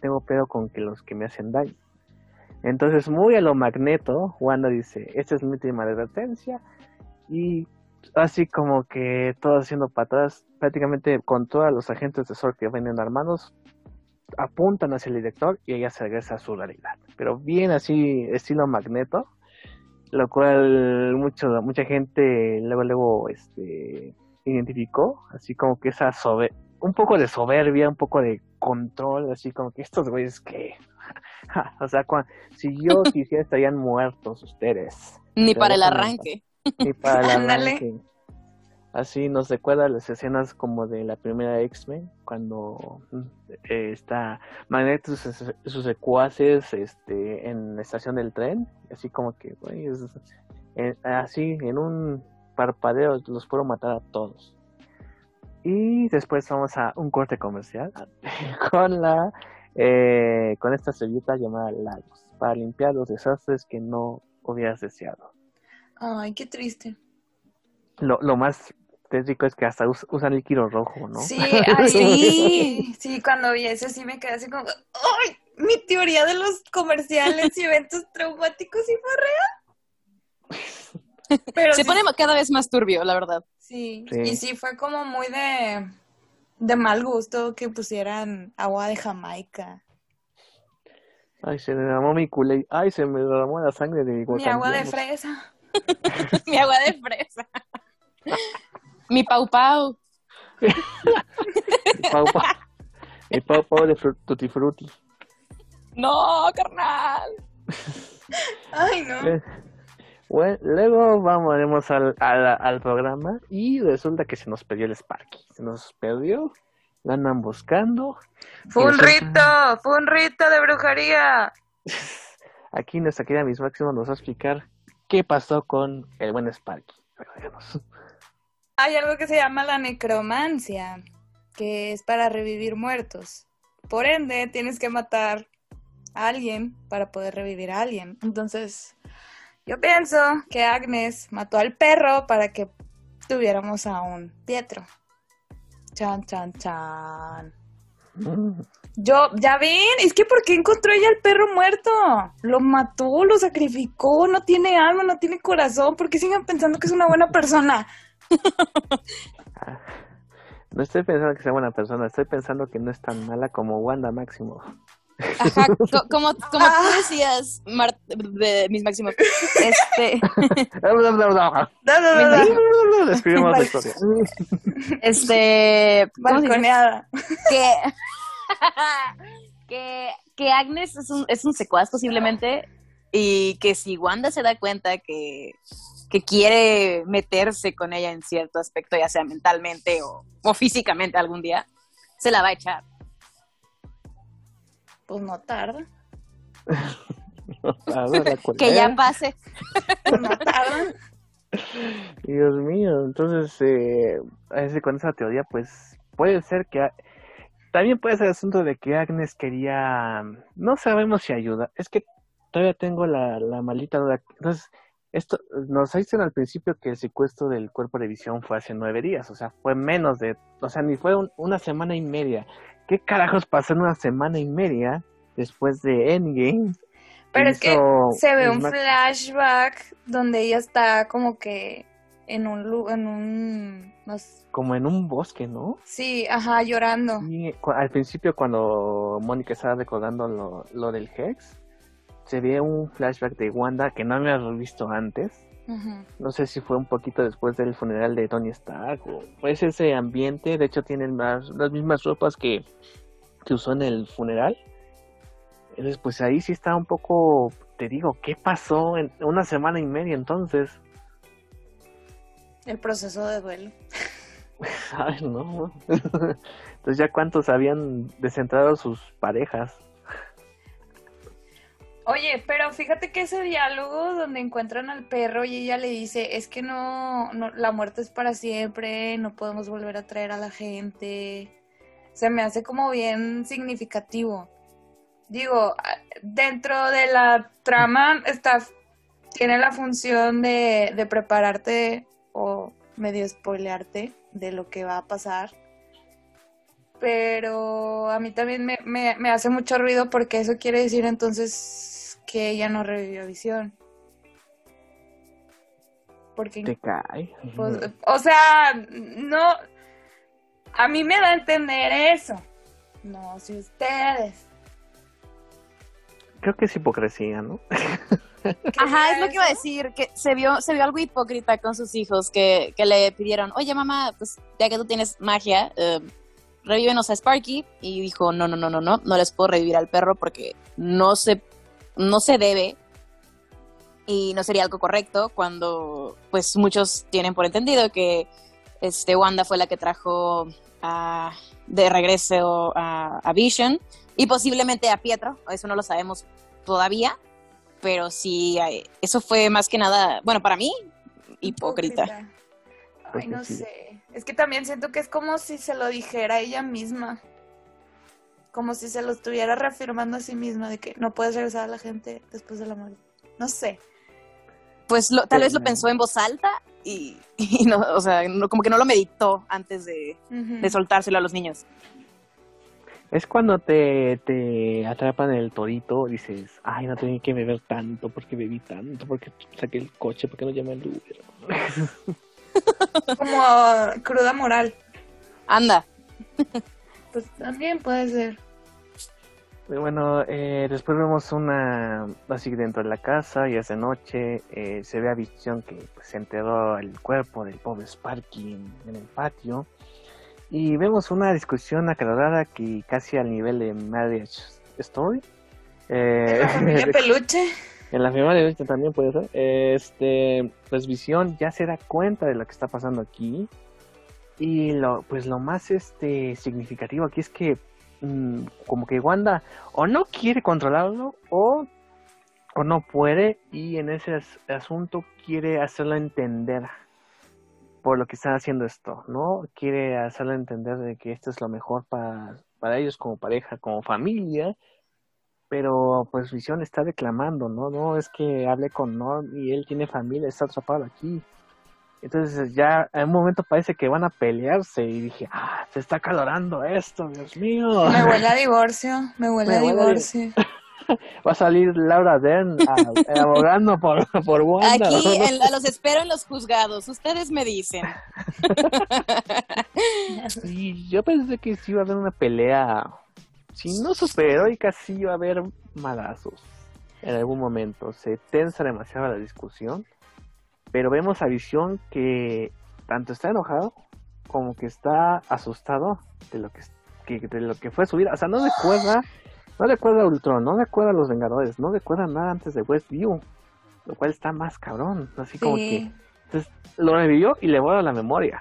tengo pedo con que los que me hacen daño. Entonces, muy a lo Magneto, Wanda dice, esta es mi última advertencia, y así como que todos haciendo patadas, prácticamente con todos los agentes de S W O R D que vienen armados, apuntan hacia el director y ella se regresa a su realidad. Pero bien así, estilo Magneto, lo cual mucho, mucha gente luego, luego, este, identificó, así como que esa sobe- un poco de soberbia, un poco de control, así como que estos güeyes que... o sea, cuando, si yo quisiera estarían muertos ustedes. Ni Pero para el déjame- arranque. Ni para el Ándale. arranque. Así nos recuerda las escenas como de la primera X-Men, cuando eh, está Magneto y sus, sus secuaces este, en la estación del tren, así como que, güey, es- eh, así en un parpadeo los puedo matar a todos. Y después vamos a un corte comercial con la eh, con esta servilleta llamada Lagos, para limpiar los desastres que no hubieras deseado. Ay, qué triste. Lo, lo más tétrico es que hasta us- usan líquido rojo, ¿no? Sí, ay, Sí. sí, sí, cuando vi eso sí me quedé así como, ¡ay! Mi teoría de los comerciales y eventos traumáticos sí fue real. Pero Se sí, pone cada vez más turbio, la verdad. sí, Sí. y sí fue como muy de, de mal gusto que pusieran agua de Jamaica. Ay, se me derramó mi culé. Ay, se me derramó la sangre de mi Mi agua de wakandianos. fresa. Mi agua de fresa. Mi pau pau. Mi pau pau, mi pau pau de fru- tutti frutti. No, carnal. Ay, no. Eh, Bueno, luego vamos haremos al, al, al programa y resulta que se nos perdió el Sparky. Se nos perdió, lo andan buscando. Fue y un resulta- rito, fue un rito de brujería. Aquí nuestra querida Miss Máximo nos va a explicar qué pasó con el buen Sparky. Recuérdanos. Hay algo que se llama la necromancia, que es para revivir muertos. Por ende, tienes que matar a alguien para poder revivir a alguien. Entonces, yo pienso que Agnes mató al perro para que tuviéramos a un Pietro. Chan, chan, chan. Mm. Yo, ya ven, es que ¿por qué encontró ella al perro muerto? Lo mató, lo sacrificó, no tiene alma, no tiene corazón. ¿Por qué siguen pensando que es una buena persona? Ah, no estoy pensando que sea buena persona, estoy pensando que no es tan mala como Wanda Máximo. Ajá, co- como, como Ah. tú decías, Mar- de mis máximos. Este, No, no, no, no. Describimos la historia. este, ¿cómo se dice? Balconeada. que, que, que Agnes es un, es un secuaz posiblemente, y que si Wanda se da cuenta que, que quiere meterse con ella en cierto aspecto, ya sea mentalmente o, o físicamente algún día, se la va a echar. Pues no tarda. A ver, la Que ya culera. pase. Pues no tarda. Dios mío, entonces eh, ese- con esa teoría pues puede ser que a- también puede ser el asunto de que Agnes quería, no sabemos si ayuda, es que todavía tengo la, la maldita duda. Entonces esto nos dicen al principio que el secuestro del cuerpo de Visión fue hace nueve días, o sea, fue menos de, o sea, ni fue un- una semana y media. ¿Qué carajos pasó en una semana y media después de Endgame? Pero es que Hizo se ve Miss un Max- flashback donde ella está como que en un lu- en un no sé, como en un bosque, ¿no? sí, ajá, llorando. Y cu- al principio cuando Mónica estaba recordando lo, lo del Hex, se ve un flashback de Wanda que no había visto antes. Ujú. No sé si fue un poquito después del funeral de Tony Stark o pues ese ambiente. De hecho tienen más, las mismas ropas que, que usó en el funeral. Entonces pues ahí sí está un poco, te digo, ¿qué pasó en una semana y media entonces? El proceso de duelo. Ay, no. Entonces ya cuántos habían descentrado sus parejas. Oye, pero fíjate que ese diálogo donde encuentran al perro y ella le dice, es que no, no, la muerte es para siempre, no podemos volver a traer a la gente. Se me hace como bien significativo. Digo, a- dentro de la trama está, tiene la función de, de prepararte o medio spoilearte de lo que va a pasar. pero a mí también me, me, me hace mucho ruido porque eso quiere decir entonces que ella no revivió Visión. Porque, Te cae. pues, o sea, no, a mí me da a entender eso, no sé ustedes. Creo que es hipocresía, ¿no? Ajá, es lo que iba a decir, que se vio, se vio algo hipócrita con sus hijos, que, que le pidieron, oye mamá, pues ya que tú tienes magia, eh, revívenos a Sparky, y dijo, no, no, no, no, no, no les puedo revivir al perro porque no se, no se debe, y no sería algo correcto cuando, pues muchos tienen por entendido que este Wanda fue la que trajo a, de regreso a, a Vision, y posiblemente a Pietro, eso no lo sabemos todavía, pero sí, eso fue más que nada, bueno, para mí, hipócrita. hipócrita. Ay, no sé. Es que también siento que es como si se lo dijera ella misma. Como si se lo estuviera reafirmando a sí misma de que no puedes regresar a la gente después de la muerte. No sé. Pues lo, tal vez lo pensó en voz alta y, y no, o sea, no, como que no lo meditó antes de, uh-huh. de soltárselo a los niños. Es cuando te, te atrapan el torito, dices, ay, no tenía que beber tanto, porque bebí tanto, porque saqué el coche, porque no llamé al Uber. Como cruda moral. Anda. Pues también puede ser. Bueno, eh, después vemos una, así dentro de la casa, ya es de noche, eh, se ve a Visión que pues, se enterró el cuerpo del pobre Sparky en, en el patio. Y vemos una discusión aclarada que casi al nivel de Marriage Story. Eh, ¿En la familia Peluche? En la familia Peluche también puede ser. Este, pues Visión ya se da cuenta de lo que está pasando aquí. Y lo, pues lo más este significativo aquí es que mmm, como que Wanda o no quiere controlarlo o, o no puede. Y en ese as- asunto quiere hacerlo entender por lo que están haciendo esto, ¿no? Quiere hacerlo entender de que esto es lo mejor para, para ellos como pareja, como familia, pero pues Visión está reclamando, ¿no? No, es que hablé con Norm y él tiene familia, está atrapado aquí. Entonces ya en un momento parece que van a pelearse y dije, ah, se está calorando esto, Dios mío. Me huele a divorcio, me huele me a divorcio. A... Va a salir Laura Dern a, abogando por, por Wanda. Aquí en, los espero en los juzgados, ustedes me dicen. Y yo pensé que sí iba a haber una pelea, si no superheroica, sí iba a haber madazos en algún momento. Se tensa demasiado la discusión, pero vemos a Visión que tanto está enojado como que está asustado de lo que, que, de lo que fue su vida. O sea, no recuerda... No recuerda a Ultron, no recuerda a los Vengadores, no recuerda nada antes de Westview, lo cual está más cabrón, así sí. Como que entonces, lo revivió y le borra la memoria.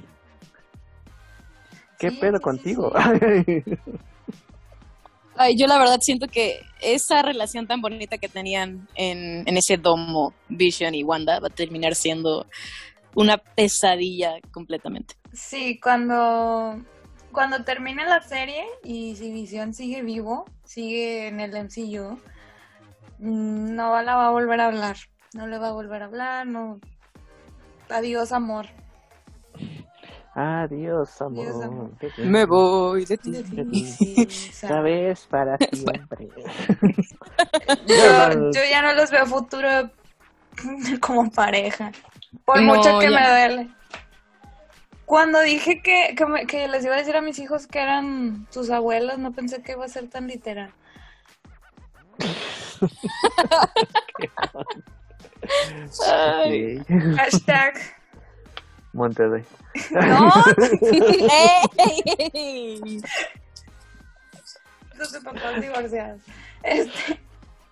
¿Qué sí, pedo sí, contigo? Sí, sí. Ay, yo la verdad siento que esa relación tan bonita que tenían en, en ese domo Vision y Wanda va a terminar siendo una pesadilla completamente. Sí, cuando... Cuando termine la serie y si Visión sigue vivo, sigue en el M C U, no la va a volver a hablar. No le va a volver a hablar, no. Adiós, amor. Adiós, amor. Adiós, amor. Me voy de ti. De ti. Sí, sabes, para siempre. yo, yo ya no los veo futuro como pareja. Por no, mucho que ya. me duele. Cuando dije que, que, me, que les iba a decir a mis hijos que eran sus abuelos, no pensé que iba a ser tan literal. Okay. Hashtag Monterrey. No. Hey. Sus papás divorciados. Este.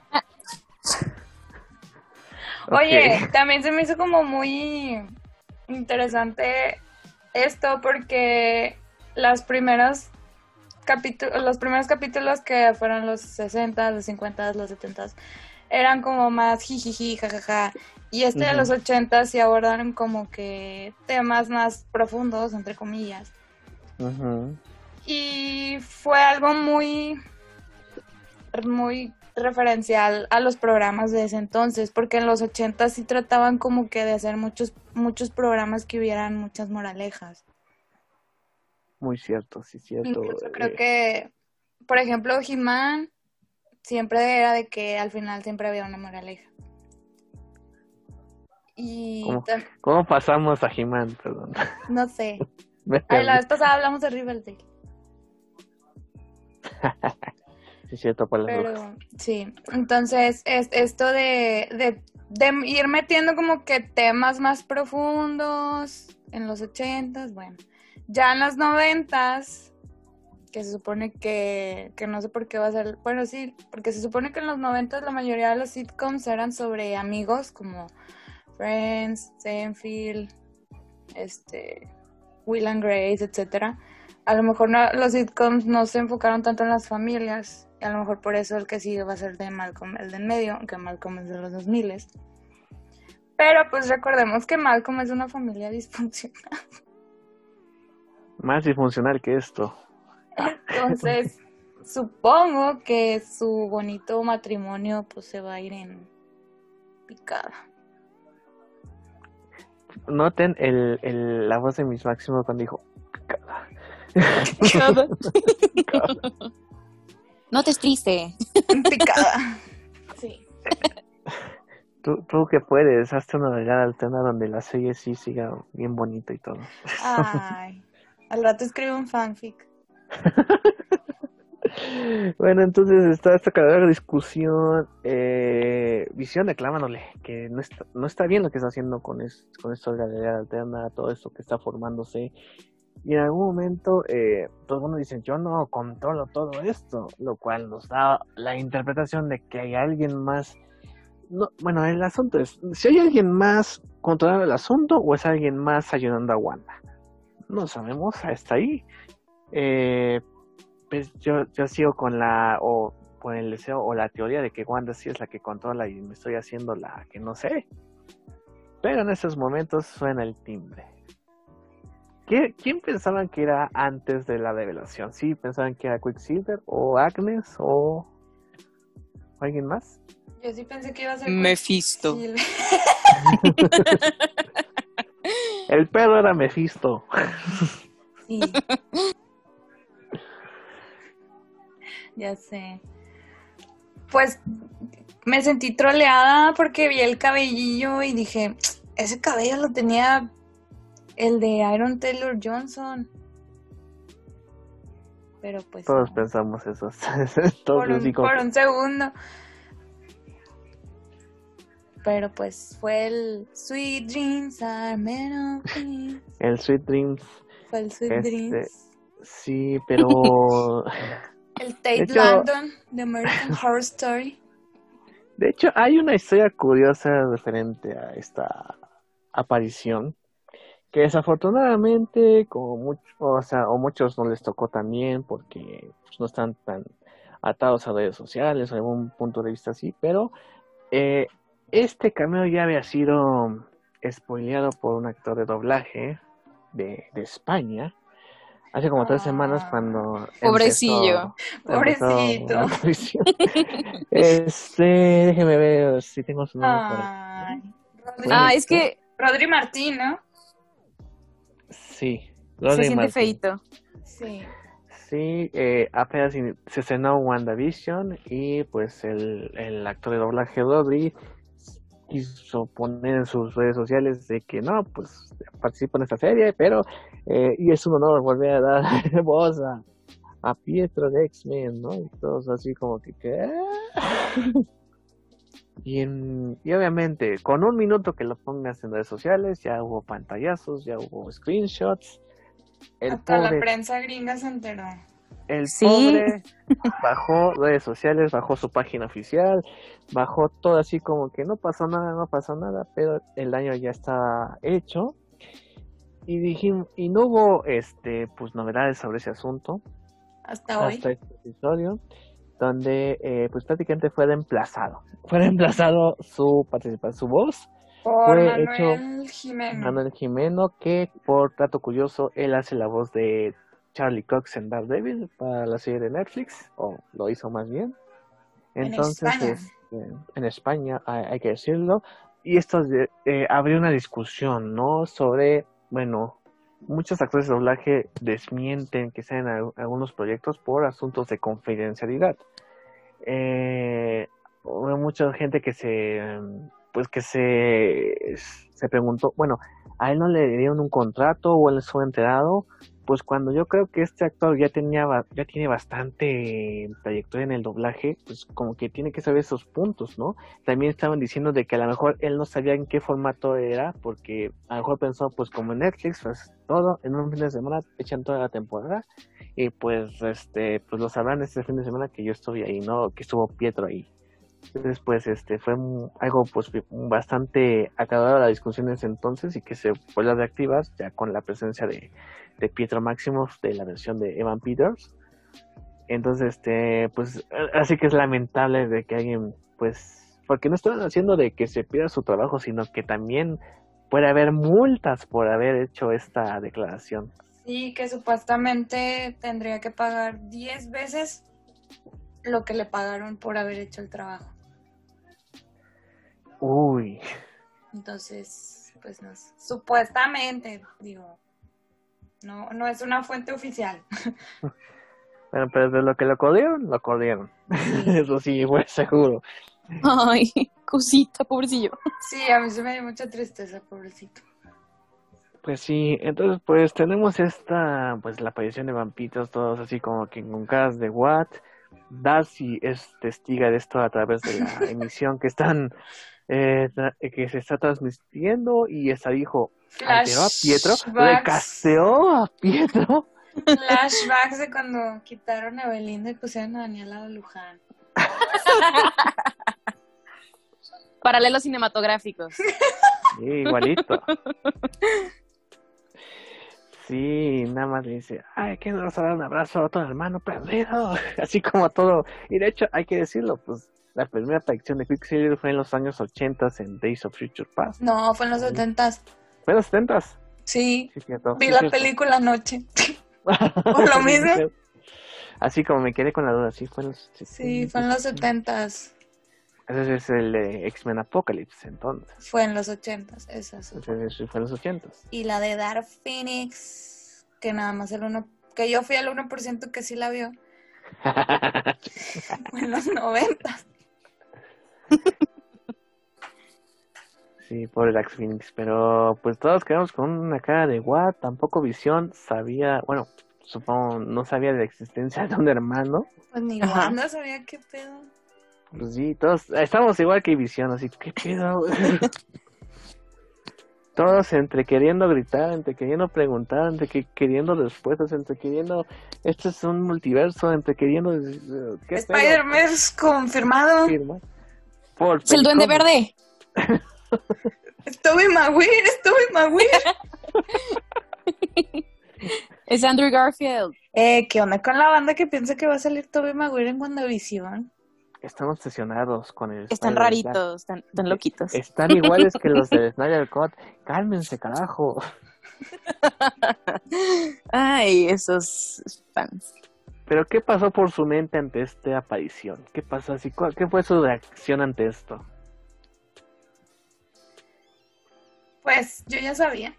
Oye, okay. También se me hizo como muy interesante esto porque las primeras capítulos, los primeros capítulos que fueron los sesenta, los cincuenta, los setenta eran como más jijiji, jajaja, y este uh-huh. de los ochenta sí abordaron como que temas más profundos, entre comillas. Uh-huh. Y fue algo muy muy referencial a los programas de ese entonces, porque en los ochenta sí trataban como que de hacer muchos muchos programas que hubieran muchas moralejas. Muy cierto, sí, cierto. Incluso creo eh, que, por ejemplo, He-Man siempre era de que al final siempre había una moraleja. Y ¿cómo, tam- cómo pasamos a He-Man? Perdón, no sé. me Ay, la perdí. vez pasada hablamos de Riverdale. Sí, cierto, por las brujas. Pero sí, entonces es esto de, de, de ir metiendo como que temas más profundos en los ochentas, bueno, ya en las noventas, que se supone que, que no sé por qué va a ser, bueno sí, porque se supone que en los noventas la mayoría de los sitcoms eran sobre amigos como Friends, Seinfeld, este, Will and Grace, etcétera. A lo mejor no- los sitcoms no se enfocaron tanto en las familias, y a lo mejor por eso el que sigue va a ser de Malcolm, el de en medio, aunque Malcolm es de los dos mil. Pero pues recordemos que Malcolm es de una familia disfuncional. Más disfuncional que esto. Entonces, supongo que su bonito matrimonio pues se va a ir en picada. Noten el, el, la voz de Miss Máximo cuando dijo picada. Picada. No te es triste. En picada. Sí. Tú, tú que puedes, hazte una delgada alterna donde la serie sí siga bien bonita y todo. Ay, al rato escribo un fanfic. Bueno, entonces está esta carrera de discusión. Eh, Visión, aclamándole que no está, no está bien lo que está haciendo con, es, con esto de la realidad alterna, todo esto que está formándose. Y en algún momento, eh, todo el mundo dice: yo no controlo todo esto, lo cual nos da la interpretación de que hay alguien más. No, bueno, el asunto es: si hay alguien más controlando el asunto o es alguien más ayudando a Wanda. No sabemos, hasta ahí. Eh, pues yo, yo sigo con la, o con el deseo o la teoría de que Wanda sí es la que controla y me estoy haciendo la que no sé. Pero en estos momentos suena el timbre. ¿Qué, ¿Quién pensaban que era antes de la revelación? ¿Sí pensaban que era Quicksilver o Agnes o alguien más? Yo sí pensé que iba a ser Mephisto. Quicksilver. El pedo era Mephisto. Sí. Ya sé. Pues me sentí troleada porque vi el cabellillo y dije, ese cabello lo tenía el de Aaron Taylor Johnson. Pero pues Todos no. pensamos eso. Por Todos así un, como por que- un segundo. Pero pues fue el Sweet Dreams are made of dreams. el Sweet Dreams. Fue el Sweet Este, Dreams. sí, pero El Tate de hecho, Langdon de American Horror Story. de hecho hay una historia curiosa referente a esta aparición que desafortunadamente, como muchos, o sea, o muchos no les tocó también porque pues, no están tan atados a redes sociales o algún punto de vista así, pero eh, este cameo ya había sido spoileado por un actor de doblaje de, de España hace como tres semanas Ah, cuando Pobrecillo. empezó, empezó pobrecito. la aparición. Este, déjeme ver si tengo su nombre por aquí. Ay, Rodri, Bueno, Ah, es que Rodri Martín, ¿no? Sí, se Rodri siente Martin. feito. Sí. Sí, eh, apenas in- se estrenó WandaVision y pues el, el actor de doblaje Rodri quiso poner en sus redes sociales de que no, pues participo en esta serie, pero eh, y es un honor volver a dar voz a, a Pietro de X-Men, ¿no? Y todos así como que, ¿qué? Y, en- y obviamente, con un minuto que lo pongas en redes sociales, ya hubo pantallazos, ya hubo screenshots. El Hasta la pobre, prensa gringa se enteró. el Sí. pobre bajó redes sociales, bajó su página oficial, bajó todo así como que no pasó nada, no pasó nada, pero el daño ya está hecho. Y dijimos, y no hubo este pues novedades sobre ese asunto Hasta hoy. hasta este episodio, donde eh, pues prácticamente fue reemplazado. Fue reemplazado su participación, su voz. Por Fue Manuel hecho Jiménez. Manuel Jimeno, que por trato curioso, él hace la voz de Charlie Cox en Daredevil para la serie de Netflix, o lo hizo más bien. En Entonces, España. este, en España, hay, hay que decirlo. Y esto eh, abrió una discusión, ¿no? Sobre, bueno, muchos actores de doblaje desmienten que sean en algunos proyectos por asuntos de confidencialidad. Eh, hubo mucha gente que se, pues que se, se preguntó, bueno, a él no le dieron un contrato o él fue enterado, pues cuando yo creo que este actor ya tenía, ya tiene bastante trayectoria en el doblaje, pues como que tiene que saber esos puntos, ¿no? También estaban diciendo de que a lo mejor él no sabía en qué formato era, porque a lo mejor pensó, pues como en Netflix, pues todo, en un fin de semana echan toda la temporada, y pues este pues lo sabrán este fin de semana que yo estoy ahí, no, que estuvo Pietro ahí. Entonces pues este fue un, algo pues bastante acabada la discusión en ese entonces, y que se vuelve a reactivar ya con la presencia de, de Pietro Maximoff de la versión de Evan Peters. Entonces este pues así que es lamentable de que alguien pues, porque no están haciendo de que se pierda su trabajo, sino que también puede haber multas por haber hecho esta declaración. Sí, que supuestamente tendría que pagar diez veces lo que le pagaron por haber hecho el trabajo. Uy. Entonces, pues no sé. Supuestamente, digo, no, no es una fuente oficial. Bueno, pero de lo que lo corrieron, lo corrieron. Sí. Eso sí, fue seguro. Ay, cosita, pobrecillo. Sí, a mí se me dio mucha tristeza, pobrecito. Pues sí, entonces pues tenemos esta, pues la aparición de vampiros, todos así como que con caras de what. Darcy es testiga de esto a través de la emisión que están, eh, tra- que se está transmitiendo, y esta dijo, alteró a Pietro, recasteó a Pietro. Flashbacks de cuando quitaron a Belinda y pusieron a Daniela Luján. Paralelos cinematográficos. Sí, igualito. Sí, nada más le dice, ay, que nos va a dar un abrazo a otro hermano perdido, así como todo. Y de hecho, hay que decirlo, pues la primera aparición de Quicksilver fue en los años ochentas en Days of Future Past. No, fue en los setentas. ¿Fue en los setentas? Sí, sí cierto, vi sí, la cierto. película anoche. ¿Por lo mismo? Así como me quedé con la duda, sí fue en los Sí, fue en los setentas. Ese es el de X-Men Apocalypse, entonces. Fue en los ochentas, esa sí. Ese sí fue en los ochentas. Y la de Dark Phoenix, que nada más el uno, que yo fui el uno por ciento que sí la vio. Fue en los noventas. Sí, pobre Dark Phoenix, pero pues todos quedamos con una cara de what. Tampoco Visión sabía, bueno, supongo no sabía de la existencia de un hermano. Pues ni Wanda sabía qué pedo. Pues sí, todos estamos igual que Visión, así qué pedo. Todos entre queriendo gritar, entre queriendo preguntar, entre que, queriendo respuestas, entre queriendo, esto es un multiverso, entre queriendo, ¿qué Spider-Man es confirmado. Por es el Duende Verde. Es Tobey Maguire, es Tobey Maguire. Es Andrew Garfield. Eh, ¿qué onda con la banda que piensa que va a salir Tobey Maguire en WandaVision? Están obsesionados con el Están raritos, están, están loquitos. Están iguales que los de Snyder Cut. Cálmense, carajo. Ay, esos fans. Pero ¿qué pasó por su mente ante esta aparición? ¿Qué pasó así? ¿Qué fue su reacción ante esto? Pues yo ya sabía.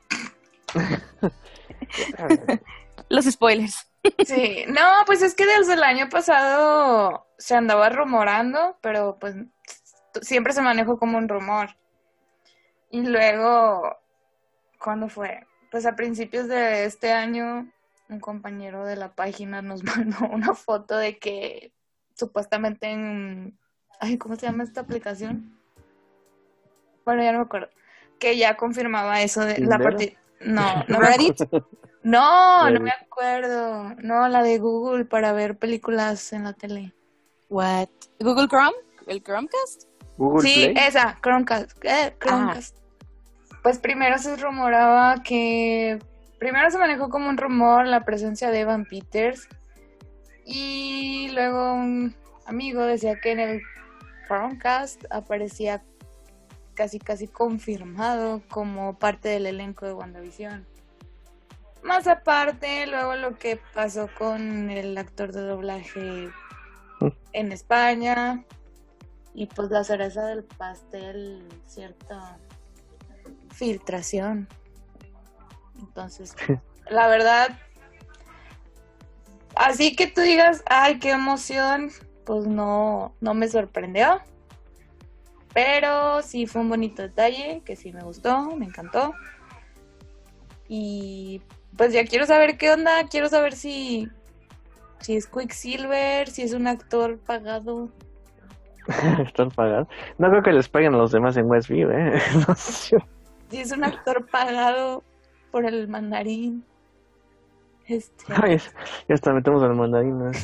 Los spoilers. Sí, no, pues es que desde el año pasado se andaba rumorando, pero pues siempre se manejó como un rumor. Y luego, ¿cuándo fue? Pues a principios de este año, un compañero de la página nos mandó una foto de que supuestamente en... Ay, ¿cómo se llama esta aplicación? Bueno, ya no me acuerdo. Que ya confirmaba eso de la partida. No, no Reddit. No, no me acuerdo. No, la de Google para ver películas en la tele. What? ¿Google Chrome? ¿El Chromecast? Google sí, Play. esa, Chromecast. Eh, Chromecast. Ah. Pues primero se rumoraba que... Primero se manejó como un rumor la presencia de Evan Peters. Y luego un amigo decía que en el Chromecast aparecía casi casi confirmado como parte del elenco de WandaVision. Más aparte, luego lo que pasó con el actor de doblaje en España y pues la cereza del pastel, cierta filtración. Entonces, la verdad, así que tú digas, ay, qué emoción, pues no, no me sorprendió. Pero sí fue un bonito detalle, que sí me gustó, me encantó. Y pues ya quiero saber qué onda, quiero saber si, si es Quicksilver, si es un actor pagado. ¿Están pagados? No creo que les paguen a los demás en Westview, ¿eh? No sé. Si es un actor pagado por el mandarín. Este, Ay, ya hasta metemos al mandarín, ¿no?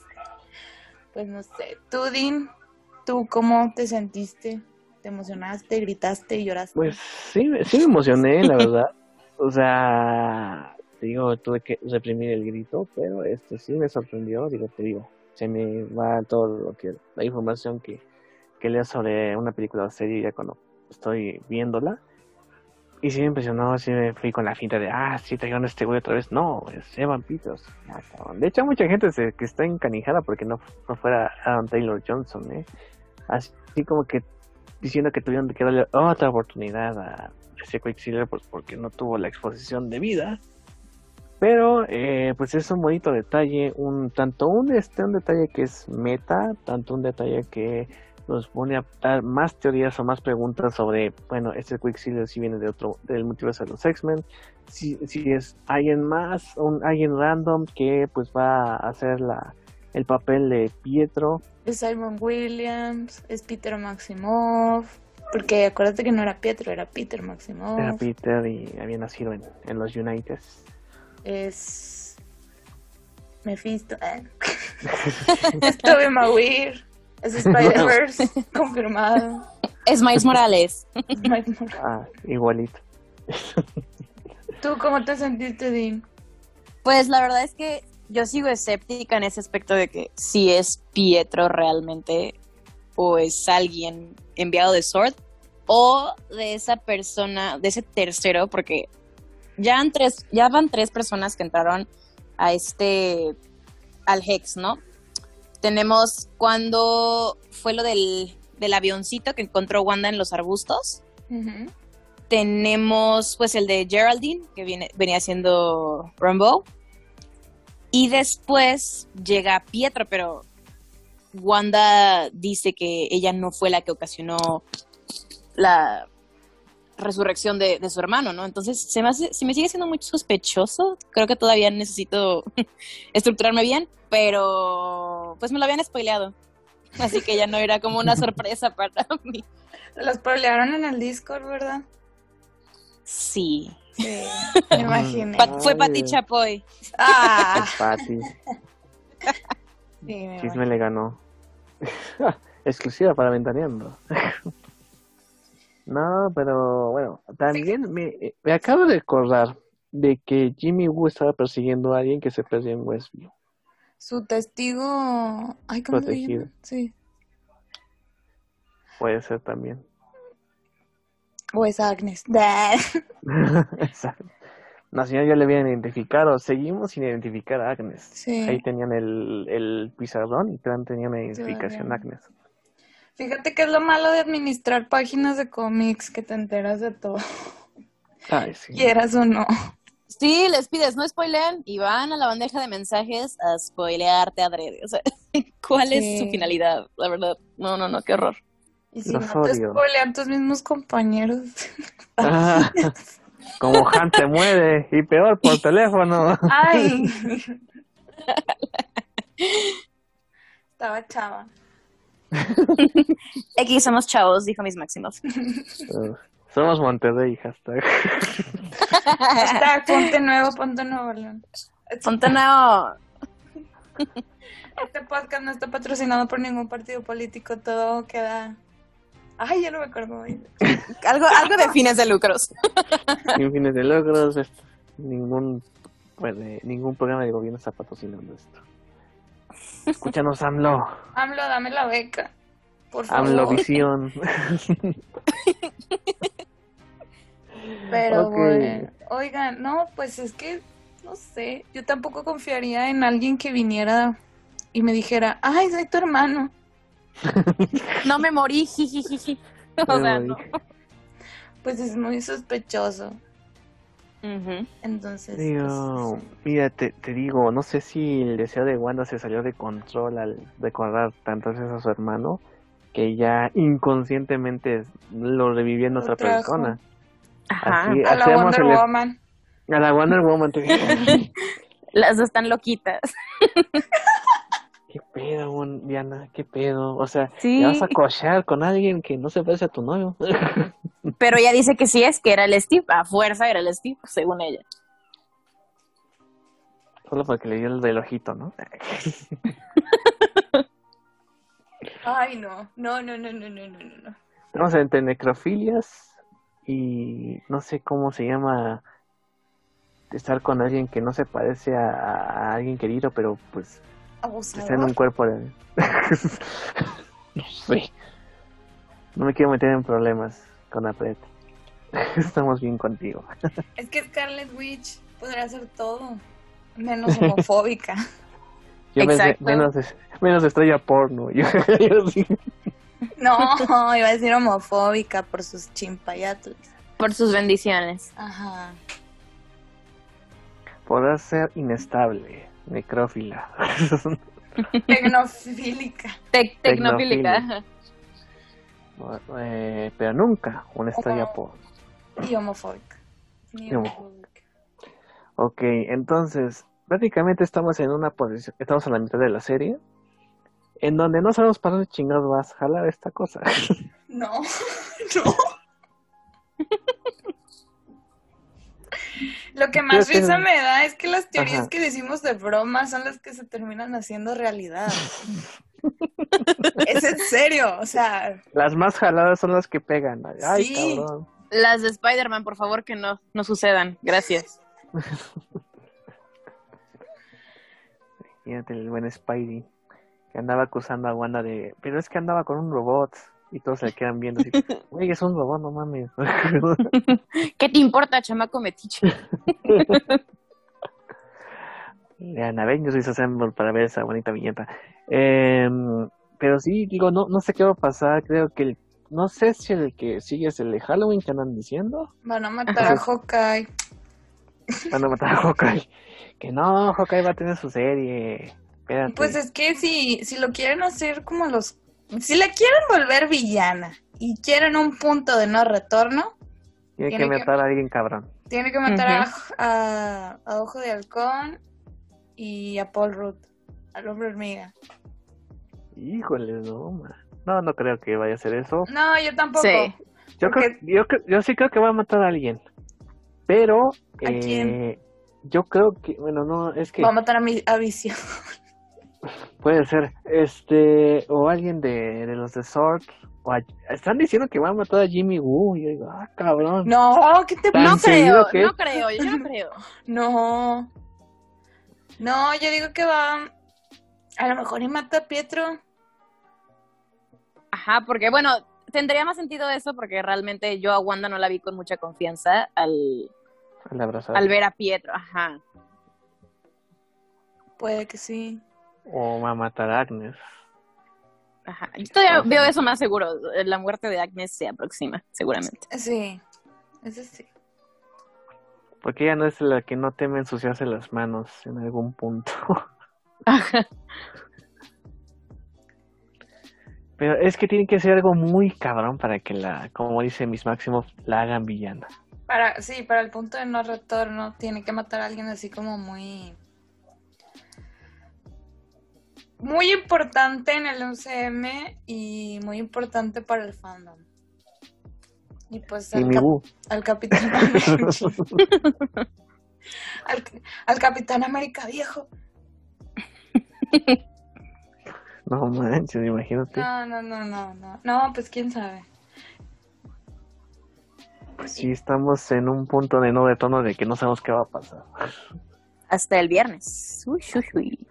pues no sé. Tú, Dean, ¿tú cómo te sentiste? ¿Te emocionaste, gritaste y lloraste? Pues sí, me- sí me emocioné, la verdad. O sea, te digo, tuve que reprimir el grito, pero este sí me sorprendió, digo, te digo, se me va todo lo que, la información que, que leo sobre una película o serie ya cuando estoy viéndola. Y sí me impresionó, sí me fui con la finta de, ah, sí trajeron a este güey otra vez. No, es Evan Peters. Ah, cabrón. De hecho, hay mucha gente se, que está encanijada porque no, no fuera Aaron Taylor Johnson, ¿eh? Así como que diciendo que tuvieron que darle otra oportunidad a ese Quicksilver pues porque no tuvo la exposición de vida. Pero eh, pues es un bonito detalle, un tanto un este un detalle que es meta, tanto un detalle que nos pone a dar más teorías o más preguntas sobre, bueno, este Quicksilver si viene de otro, del multiverso de los X-Men, si, si es alguien más, un alguien random que pues va a hacer la el papel de Pietro. Es Simon Williams, es Peter Maximoff, porque acuérdate que no era Pietro, era Peter Maximoff. Era Peter y había nacido en, en los United. Es Mephisto, ¿eh? Es Tobey Maguire, es Spider-Verse, confirmado. Es Miles Morales. Miles Morales. Ah, igualito. ¿Tú cómo te sentiste, Dean? Pues la verdad es que yo sigo escéptica en ese aspecto de que si es Pietro realmente o es alguien enviado de S W O R D o de esa persona, de ese tercero, porque ya van tres, ya van tres personas que entraron a este, al Hex, ¿no? Tenemos cuando fue lo del, del avioncito que encontró Wanda en los arbustos. Uh-huh. Tenemos pues el de Geraldine, que viene, venía siendo Rambo. Y después llega Pietro, pero Wanda dice que ella no fue la que ocasionó la resurrección de, de su hermano, ¿no? Entonces se me hace, se me sigue siendo muy sospechoso. Creo que todavía necesito estructurarme bien, pero pues me lo habían spoileado. Así que ya no era como una sorpresa para mí. Los spoilearon en el Discord, ¿verdad? Sí. Sí, me imaginé. Pa- fue Pati Chapoy. Ah, Pati. sí, me Chisme le ganó. Exclusiva para Ventaneando. No, pero bueno, también me, me acabo de acordar de que Jimmy Woo estaba persiguiendo a alguien que se perdió en Westview. Su testigo. Ay, ¿cómo se Protegido. llama? Sí. Puede ser también. O es Agnes. Exacto. No, si no, ya le habían identificado. Seguimos sin identificar a Agnes. Sí. Ahí tenían el, el pizarrón y también tenían una identificación Sí, Agnes. Fíjate que es lo malo de administrar páginas de cómics, que te enteras de todo, Ay, sí. quieras o no. Sí, les pides, no spoileen, y van a la bandeja de mensajes a spoilearte adrede. O sea, ¿cuál Sí. es su finalidad? La verdad, no, no, no, qué horror. Y si Los no te odio. spoilean tus mismos compañeros. Ah, como Han se muere y peor por teléfono. Ay. Estaba chava. Aquí somos chavos, dijo mis máximos. Uh, somos Monterrey, hashtag. Hashtag ponte nuevo, ponte nuevo, León. Ponte no. Este podcast no está patrocinado por ningún partido político, todo queda... Ay, ya no me acuerdo. Algo, algo de fines de lucros. Sin fines de logros, esto. Ningún, pues, eh, ningún programa de gobierno está patrocinando esto. Escúchanos, AMLO. AMLO, dame la beca, por favor. AMLO Visión. Pero Ok. bueno, oigan, no, pues es que, no sé, yo tampoco confiaría en alguien que viniera y me dijera, ay, soy tu hermano. No me morí, jijijiji. O sea, no. Pues es muy sospechoso. Ujú. Entonces, Digo, pues, sí. mira, te, te digo, no sé si el deseo de Wanda se salió de control al recordar tantas veces a su hermano, que ya inconscientemente lo revivió en Lo otra trajo persona. Ajá. Así, a la hacemos Wonder el... Woman. A la Wonder Woman, te digo, Las dos están loquitas. ¿qué pedo, Won- Diana? ¿Qué pedo? O sea, ¿te vas Sí, a cochar con alguien que no se parece a tu novio? pero ella dice que sí es, que era el Steve. A fuerza era el Steve, según ella. Solo porque le dio el relojito, ¿no? Ay, no. No, no, no, no, no, no, no, no. Estamos entre necrofilias y no sé cómo se llama estar con alguien que no se parece a, a alguien querido, pero pues está en un Abusador. cuerpo de... No sé. No me quiero meter en problemas con Apret. Estamos bien contigo. Es que Scarlet Witch podría hacer todo, menos homofóbica. Yo pensé, Exacto. menos, es- menos estrella porno. Yo, yo sí. No, iba a decir homofóbica por sus chimpayatles. Por sus bendiciones. Ajá. Podrá ser inestable, necrófila. Tecnofílica. Tec- Tecnofílica. Tecnofílica. Eh, pero nunca una estrella Homo- porno. Y homofóbica. Ni Y homo- homofóbica. Ok, entonces, prácticamente estamos en una posición, estamos en la mitad de la serie, en donde no sabemos para dónde chingados vas a jalar esta cosa. No, no. Lo que más Creo que- risa me da es que las teorías Ajá. que decimos de broma son las que se terminan haciendo realidad. Es en serio, o sea, Las más jaladas son las que pegan. Ay, Sí. cabrón. Las de Spider-Man, por favor, que no, no sucedan. Gracias. Fíjate el buen Spidey, que andaba acusando a Wanda de, pero es que andaba con un robot. Y todos se le quedan viendo así, güey, es un robot, no mames. ¿Qué te importa, chamaco metiche? Vean, Avengers Disassemble para ver esa bonita viñeta. Eh, pero sí, digo, no, no sé qué va a pasar. Creo que el, no sé si el que sigue es el de Halloween que andan diciendo. van a matar a Hawkeye. Van a matar a Hawkeye. Que no, Hawkeye va a tener su serie. Espérate. Pues es que si, si lo quieren hacer como los... Si la quieren volver villana y quieren un punto de no retorno, tiene, tiene que que- matar a alguien cabrón. tiene que matar Ujú. a, a, a Ojo de Halcón y a Paul Rudd, al hombre hormiga. Híjole, no, ma. No, no creo que vaya a hacer eso. No, yo tampoco. Sí. Yo, porque- creo, yo, creo- yo sí creo que va a matar a alguien. Pero, ¿A eh, quién? yo creo que, bueno, no, es que Va a matar a, mi, a Visión. puede ser, este, o alguien de, de los de Sword, o a- están diciendo que va a matar a Jimmy Woo, y yo digo, ah, cabrón. No, ¿qué te Tan No seguido creo, que no es. creo, yo no creo. No. No, yo digo que va... A lo mejor y mata a Pietro. Ajá, porque bueno, tendría más sentido eso porque realmente yo a Wanda no la vi con mucha confianza al, Al abrazar. al ver a Pietro, ajá. Puede que sí. O va a matar a Agnes. Ajá. Yo todavía Ajá. veo eso más seguro. La muerte de Agnes se aproxima, seguramente. Sí, eso sí. Porque ella no es la que no teme ensuciarse las manos en algún punto. Ajá. Pero es que tiene que ser algo muy cabrón para que la, como dice Miss Maximoff, la hagan villana. Para, sí, para el punto de no retorno, tiene que matar a alguien así como muy... Muy importante en el U C M y muy importante para el fandom. Y pues al, Jimmy cap- Woo. al Capitán América. al, al Capitán América viejo. No manches, imagínate. No, no, no, no, no. No, pues quién sabe. Sí, estamos en un punto de no retorno de que no sabemos qué va a pasar. Hasta el viernes. Uy, uy, uy.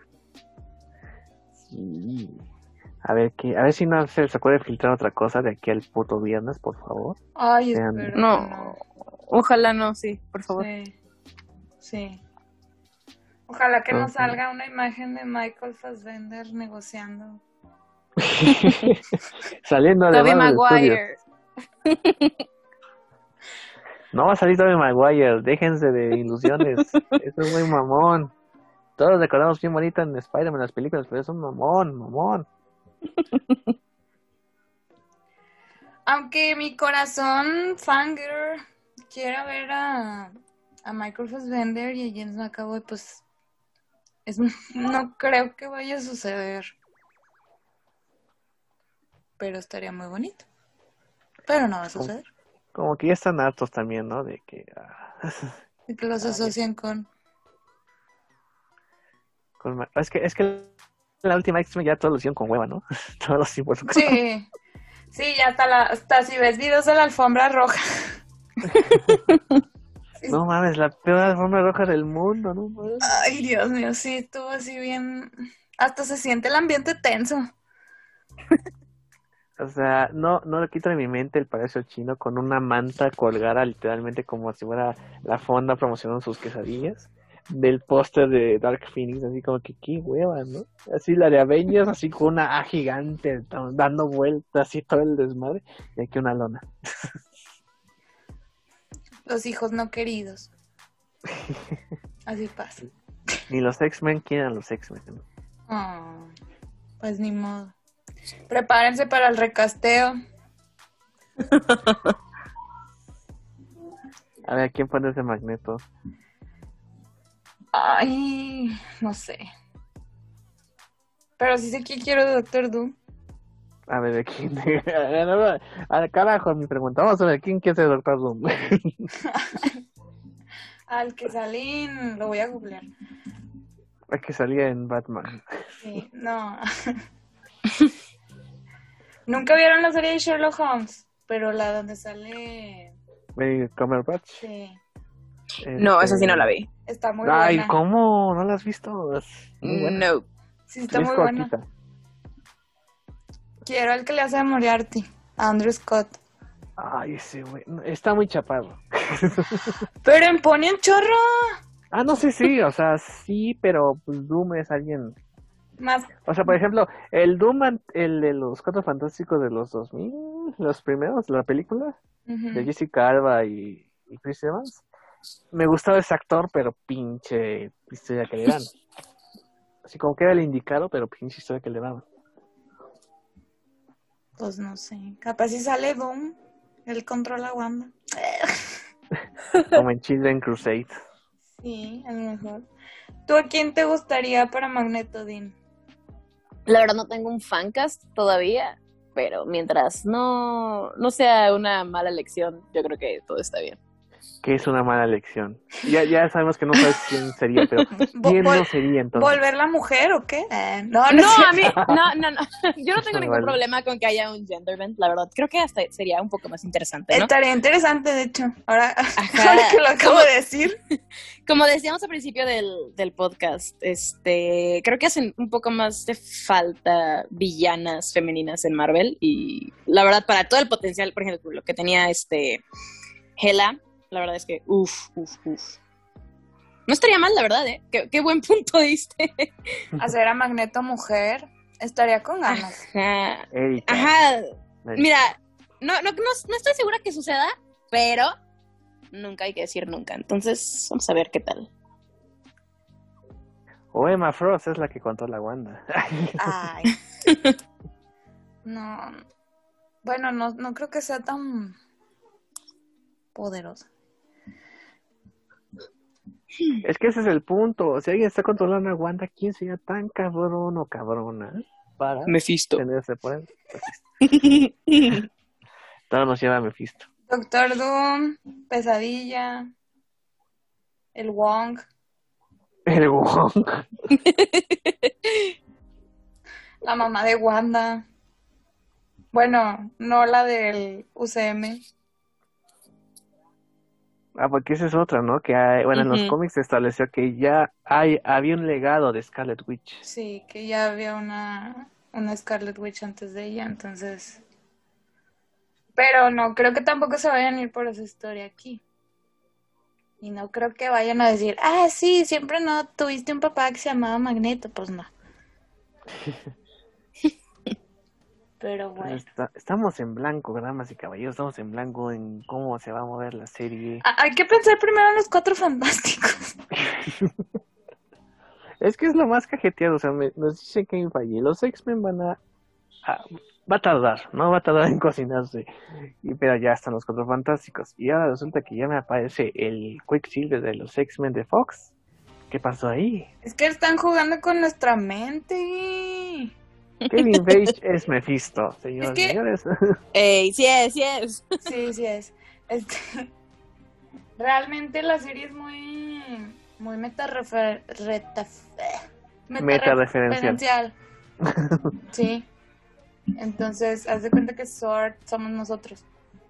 Sí. A ver qué, a ver si no se les acuerda de filtrar otra cosa de aquí al puto viernes, por favor. Ay, Vean. espero No, que no. ojalá no, sí, por favor. Sí, sí. Ojalá que no Ok. salga una imagen de Michael Fassbender negociando. Saliendo de Tobey Marvel Studios. Maguire. No va a salir Tobey Maguire, déjense de ilusiones. Eso es muy mamón. Todos recordamos bien bonito en Spider-Man, en las películas, pero es un mamón, mamón. Aunque mi corazón fangirl quiera ver a, a Michael Fassbender y a James McAvoy, pues es, no creo que vaya a suceder. Pero estaría muy bonito. Pero no va a suceder. Como, como que ya están hartos también, ¿no? De que... ah, De que los asocian con... con es que es que la última X-Men ya todos lo hicieron con hueva, ¿no? Todos los involucrados. Sí, sí, ya hasta, la, hasta si ves videos de la alfombra roja. Sí. No mames, la peor alfombra roja del mundo, ¿no? Mames. Ay, Dios mío, sí, estuvo así bien... Hasta se siente el ambiente tenso. O sea, no, no lo quito de mi mente el payaso chino con una manta colgada literalmente como si fuera la fonda promocionando sus quesadillas del póster de Dark Phoenix, así como que qué hueva, ¿no? Así la de Avengers, así con una A gigante dando vueltas, así todo el desmadre, y aquí una lona. Los hijos no queridos. Así pasa. Ni los X-Men quieren a los X-Men, ¿no? Oh, pues ni modo. Prepárense para el recasteo. A ver, ¿quién pone ese Magneto? Ay, no sé. Pero sí sé que quiero de Doctor Doom. A ver, ¿de quién? Al carajo, mi pregunta. Vamos a ver, ¿quién quiere ser Doctor Doom? Al que salí, lo voy a googlear. El que salía en Batman. Sí, no. Nunca vieron la serie de Sherlock Holmes, pero la donde sale... Benedict Cumberbatch. Sí. Este... No, esa sí no la vi. Está muy Ay, buena. ¿cómo? ¿No la has visto? Es muy buena. No. Sí, está Es muy cortita. buena. Quiero al que le hace a Moriarty, a Andrew Scott. Ay, ese güey. Está muy chaparro. Pero en Pony un chorro. Ah, no sé, sí, o sea, sí, pero pues Doom es alguien... Más. O sea, por ejemplo, el Doom, an- el de los Cuatro Fantásticos de los dos mil, los primeros, la película, Uh-huh. de Jessica Alba y, y Chris Evans, me gustaba ese actor, pero pinche historia que le dan. Así como que era el indicado, pero pinche historia que le daban. Pues no sé. Capaz si sale Doom, él controla a Wanda. Como en Children Crusade. Sí, a lo mejor. ¿Tú a quién te gustaría para Magneto, Dean? La verdad no tengo un fancast todavía, pero mientras no, no sea una mala elección, yo creo que todo está bien. Que es una mala elección. Ya, ya sabemos que no sabes quién sería, pero ¿quién Vol- no sería entonces? ¿Volver la mujer o qué? Eh, no, no, No, sé. a mí, no, no, no. Yo no tengo No, ningún vale. problema con que haya un gender bend, la verdad. Creo que hasta sería un poco más interesante, ¿no? Estaría interesante, de hecho. Ahora, Ajá. ahora que lo acabo ¿Cómo? de decir. Como decíamos al principio del, del podcast, este, creo que hacen un poco más de falta villanas femeninas en Marvel y la verdad para todo el potencial, por ejemplo, lo que tenía este Hela, la verdad es que uff, uff, uff. No estaría mal, la verdad, ¿eh? Qué, qué buen punto diste. Hacer a Magneto mujer, estaría con ganas. Ajá. Erika. Ajá. Erika. Mira, no, no, no, no estoy segura que suceda, pero nunca hay que decir nunca. Entonces, vamos a ver qué tal. O Emma Frost es la que contó la Wanda. Ay. No. Bueno, no, no creo que sea tan poderosa. Es que ese es el punto. Si alguien está controlando a Wanda, ¿quién sería tan cabrón o cabrona para Mephisto. tener ese poder? Todo nos lleva a Mephisto. Doctor Doom, Pesadilla, el Wong, El Wong. la mamá de Wanda. Bueno, no la del U C M. Ah, porque esa es otra, ¿no? Que hay, bueno, en los Ujú. cómics se estableció que ya hay, había un legado de Scarlet Witch. Sí, que ya había una, una Scarlet Witch antes de ella, entonces... Pero no, creo que tampoco se vayan a ir por esa historia aquí. Y no creo que vayan a decir, ah, sí, siempre no, tuviste un papá que se llamaba Magneto, pues no. Pero Pues bueno. está- estamos en blanco, damas y caballeros, estamos en blanco en cómo se va a mover la serie. Ah, hay que pensar primero en los Cuatro Fantásticos. Es que es lo más cajeteado, o sea, me- nos dice Kevin Feige, los X-Men van a, a- va a tardar, no va a tardar en cocinarse, y, pero ya están los Cuatro Fantásticos, y ahora resulta que ya me aparece el Quicksilver de los X-Men de Fox. ¿Qué pasó ahí? Es que están jugando con nuestra mente. Kevin Feige es Mephisto, señores, Es que- señores. Ey, sí es, sí es. Sí, sí es. Este, realmente la serie es muy, muy metarefer, reta- Metareferencial. metareferencial. Sí. Entonces, haz de cuenta que Sword somos nosotros.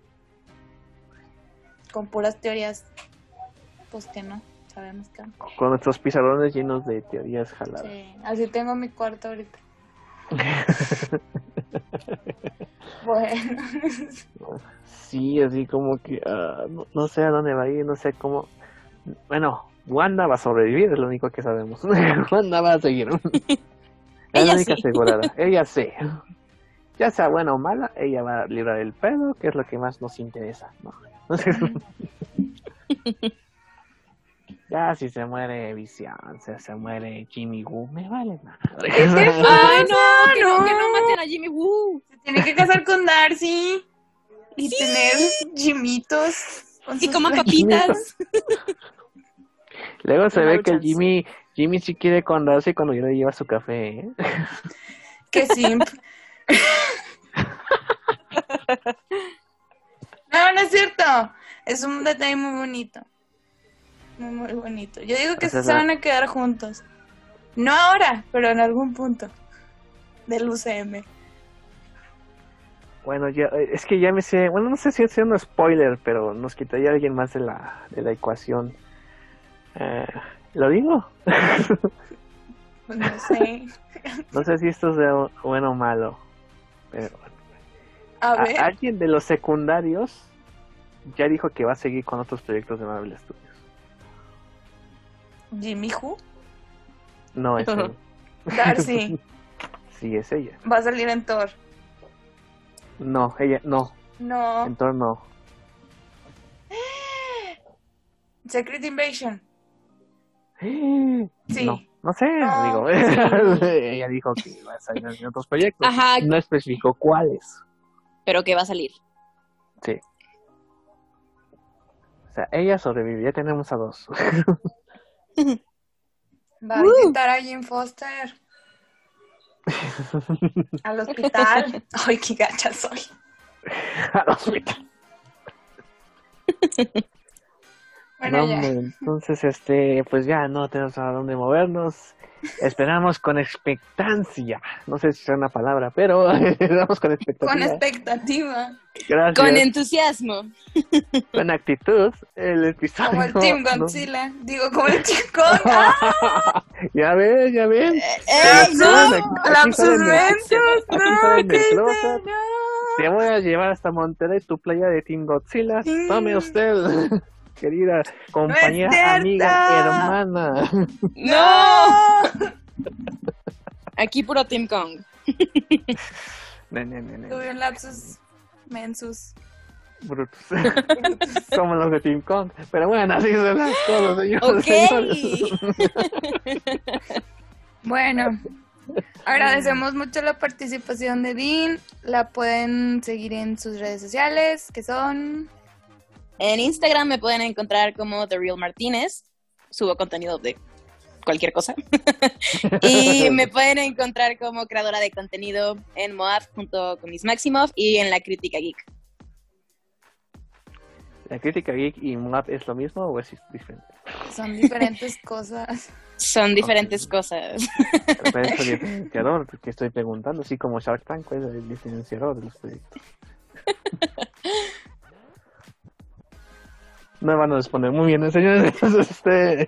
Con puras teorías. Pues que no, sabemos que no. Con nuestros pizarrones llenos de teorías jaladas. Sí, así tengo mi cuarto ahorita. Bueno. Sí, así como que ah, no, no sé a dónde va a ir, no sé cómo. Bueno, Wanda va a sobrevivir, es lo único que sabemos. Wanda va a seguir. Es Ella la única sí. asegurada. Ella sí. Ya sea buena o mala, ella va a librar el pedo, que es lo que más nos interesa, ¿no? Ya si se muere Visión, si se muere Jimmy Woo, me vale madre. ¿Qué te pasa? Ay, no, que no, No. que no maten a Jimmy Woo. Se tiene que casar con Darcy y tener Jimitos. con Y sus coman flequitas. papitas. Luego se Qué ve que el maruchas. Jimmy, Jimmy sí quiere con Darcy cuando yo le lleva su café, ¿eh? Qué simp. No, no es cierto. Es un detalle muy bonito. Muy, muy bonito. Yo digo que O sea, sí se van a quedar juntos. No ahora, pero en algún punto del U C M. Bueno, ya, eh, es que ya me sé, bueno, no sé si es un spoiler, pero nos quitaría alguien más de la, de la ecuación. Eh, ¿Lo digo? Pues no sé. No sé si esto es bueno o malo, pero A a- ver. alguien de los secundarios ya dijo que va a seguir con otros proyectos de Marvel Studios. Jimmy Who. No, es él. Darcy. Sí, es ella. Va a salir en Thor. No, ella, no, No. en Thor no. Secret Invasion. Sí. No, no sé, No, digo. sí. Ella dijo que iba a salir en otros proyectos. Ajá, No especificó cuáles. pero que va a salir. Sí. O sea, ella sobrevive, ya tenemos a dos. Va a visitar a Jim Foster al hospital. Ay, qué gacha soy. A los hospital. Bueno, No, ya. hombre, entonces, este, pues ya no tenemos a dónde movernos. Esperamos con expectancia. No sé si es una palabra, pero esperamos con expectativa. Con expectativa. Gracias. Con entusiasmo. Con actitud. El episodio. Como el Team no- Godzilla. Digo, como el Team Kong. ¡Ah! Ya ves, ya ves. ¡Ey, no! Lapsus mensus. Aquí No, sale en ¿qué el hice? closet. No. Te voy a llevar hasta Monterrey tu playa de Team Godzilla. Sí. Tome usted, querida compañera, cierto. amiga, hermana. ¡No! Aquí puro Team Kong. Ne, ne, ne, ne. Tuve un lapsus mensus. Brutos. Como los de Team Kong. Pero bueno, así son las cosas, señores. Ok. señores. Bueno, agradecemos mucho la participación de Dean. La pueden seguir en sus redes sociales, que son... En Instagram me pueden encontrar como The Real Martínez. Subo contenido de cualquier cosa. Y me pueden encontrar como creadora de contenido en Moab junto con Miss Maximoff y en La Crítica Geek. ¿La crítica geek y Moab es lo mismo o es diferente? Son diferentes cosas. Son diferentes cosas. ¿Cuál es el diferenciador? Que estoy preguntando, así como Shark Tank, ¿cuál es el diferenciador de los proyectos? No van a responder muy bien, señores. Entonces, este...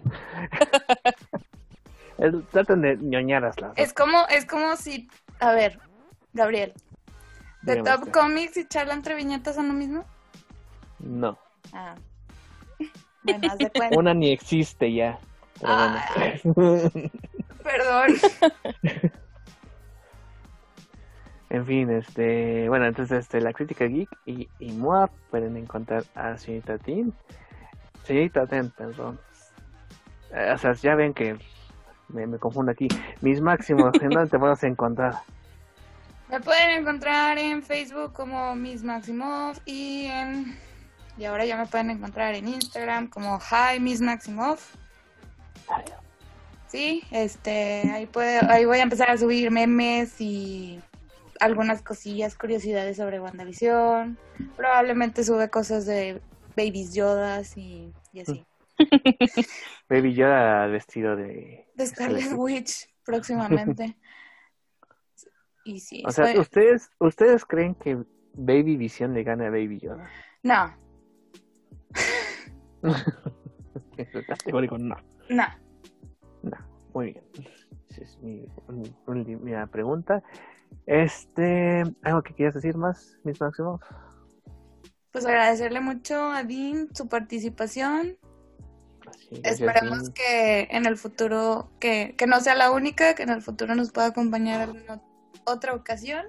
el- traten de ñoñaras las Es como, es como si... A ver, Gabriel. ¿The Dígame Top usted. Comics y Charla entre Viñetas son lo mismo? No. Ah. Bueno, haz de cuenta. Una ni existe ya. Pero Ay. bueno. Perdón. En fin, este, bueno, entonces este, la crítica geek y, y Moab pueden encontrar a señorita Tin. Señorita Ten, perdón. Eh, o sea, ya ven que me, me confundo aquí. Mis máximos, ¿en dónde te puedes encontrar? Me pueden encontrar en Facebook como Miss Maximoff y en y ahora ya me pueden encontrar en Instagram como Hi Miss Maximoff. Sí, este, ahí puede, ahí voy a empezar a subir memes y algunas cosillas, curiosidades sobre WandaVision. Probablemente sube cosas de Babies Yodas y, y así. Baby Yoda vestido de... De Scarlet Witch próximamente. Y sí, O sea, soy- ¿ustedes, ¿ustedes creen que Baby Vision le gana a Baby Yoda? No, Categórico no. no. No, muy bien. Esa es mi última pregunta. Este, ¿algo que quieras decir más, Miss Maximoff? Pues agradecerle mucho a Dean su participación. Sí, gracias, Esperemos Dean. que en el futuro, que, que no sea la única, que en el futuro nos pueda acompañar en alguna otra ocasión.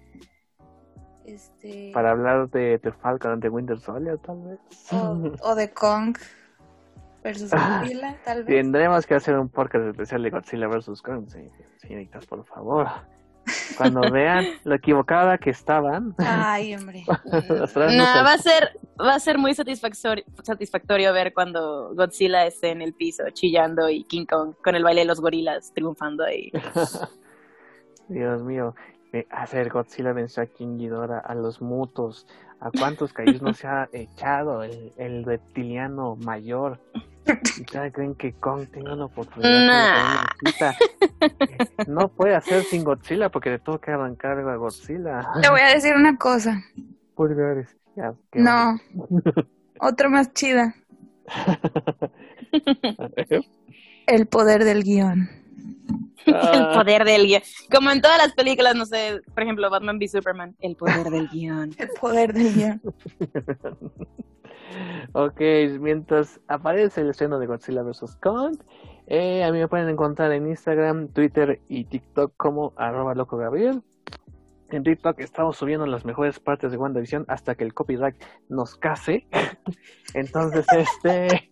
Este, Para hablar de The Falcon de Winter Soldier, tal vez. o, o de Kong versus Godzilla, tal vez. Tendremos que hacer un podcast especial de Godzilla versus Kong, sí, señoritas, por favor. Cuando vean lo equivocada que estaban. Ay, hombre. No, va a ser, va a ser muy satisfactorio, satisfactorio ver cuando Godzilla esté en el piso chillando y King Kong con el baile de los gorilas triunfando ahí. Dios mío, eh, hacer Godzilla venció a King Ghidorah, a los mutos, a cuántos callos no se ha echado el, el reptiliano mayor. ¿Y todavía creen que Kong tenga una oportunidad? Nah. Eh, No puede hacer sin Godzilla porque le tuvo que arrancar a Godzilla. Te voy a decir una cosa. Pulgares. Ya, qué No, otra más chida. bueno. El poder del guión. El poder del guión. Como en todas las películas, no sé, por ejemplo, Batman v Superman. El poder del guión. El poder del guión. Ok, mientras aparece el estreno de Godzilla versus. Kong, eh, a mí me pueden encontrar en Instagram, Twitter y TikTok como arroba loco Gabriel. En TikTok estamos subiendo las mejores partes de WandaVision hasta que el copyright nos case. Entonces, este...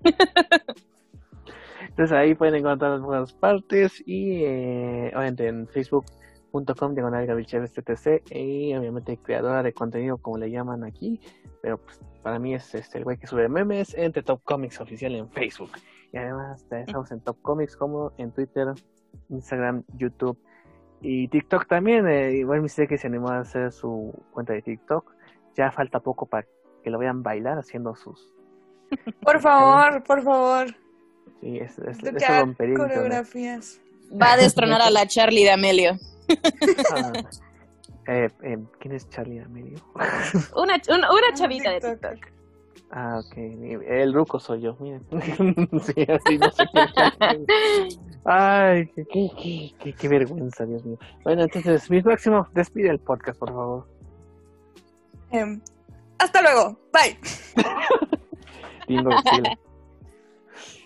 Entonces ahí pueden encontrar las mejores partes y eh, obviamente en facebook.com diagonal Gabriel Chévez T T C y obviamente creadora de contenido como le llaman aquí, pero pues para mí es este el güey que sube memes entre Top Comics oficial en Facebook y además estamos en Top Comics como en Twitter, Instagram, YouTube y TikTok también. eh, igual me sé que se animó a hacer su cuenta de TikTok, ya falta poco para que lo vean bailar haciendo sus Por favor, por favor. sí, es, es, Tú es que todo hagas un peligro. coreografías. Va a destronar a la Charlie de Amelio. Ah, eh, eh, ¿quién es Charlie Amelio? Una, una, una Un chavita de TikToker. TikTok. Ah, ok. El ruco soy yo, miren. Sí, así no sé quién. Ay, qué, qué, qué, qué, qué vergüenza, Dios mío. Bueno, entonces, Miss Máximo, despide el podcast, por favor. Em, hasta luego. Bye. Tingo Godzilla.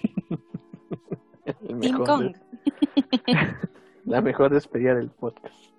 El Team mejor Kong. des- La mejor despedida del podcast.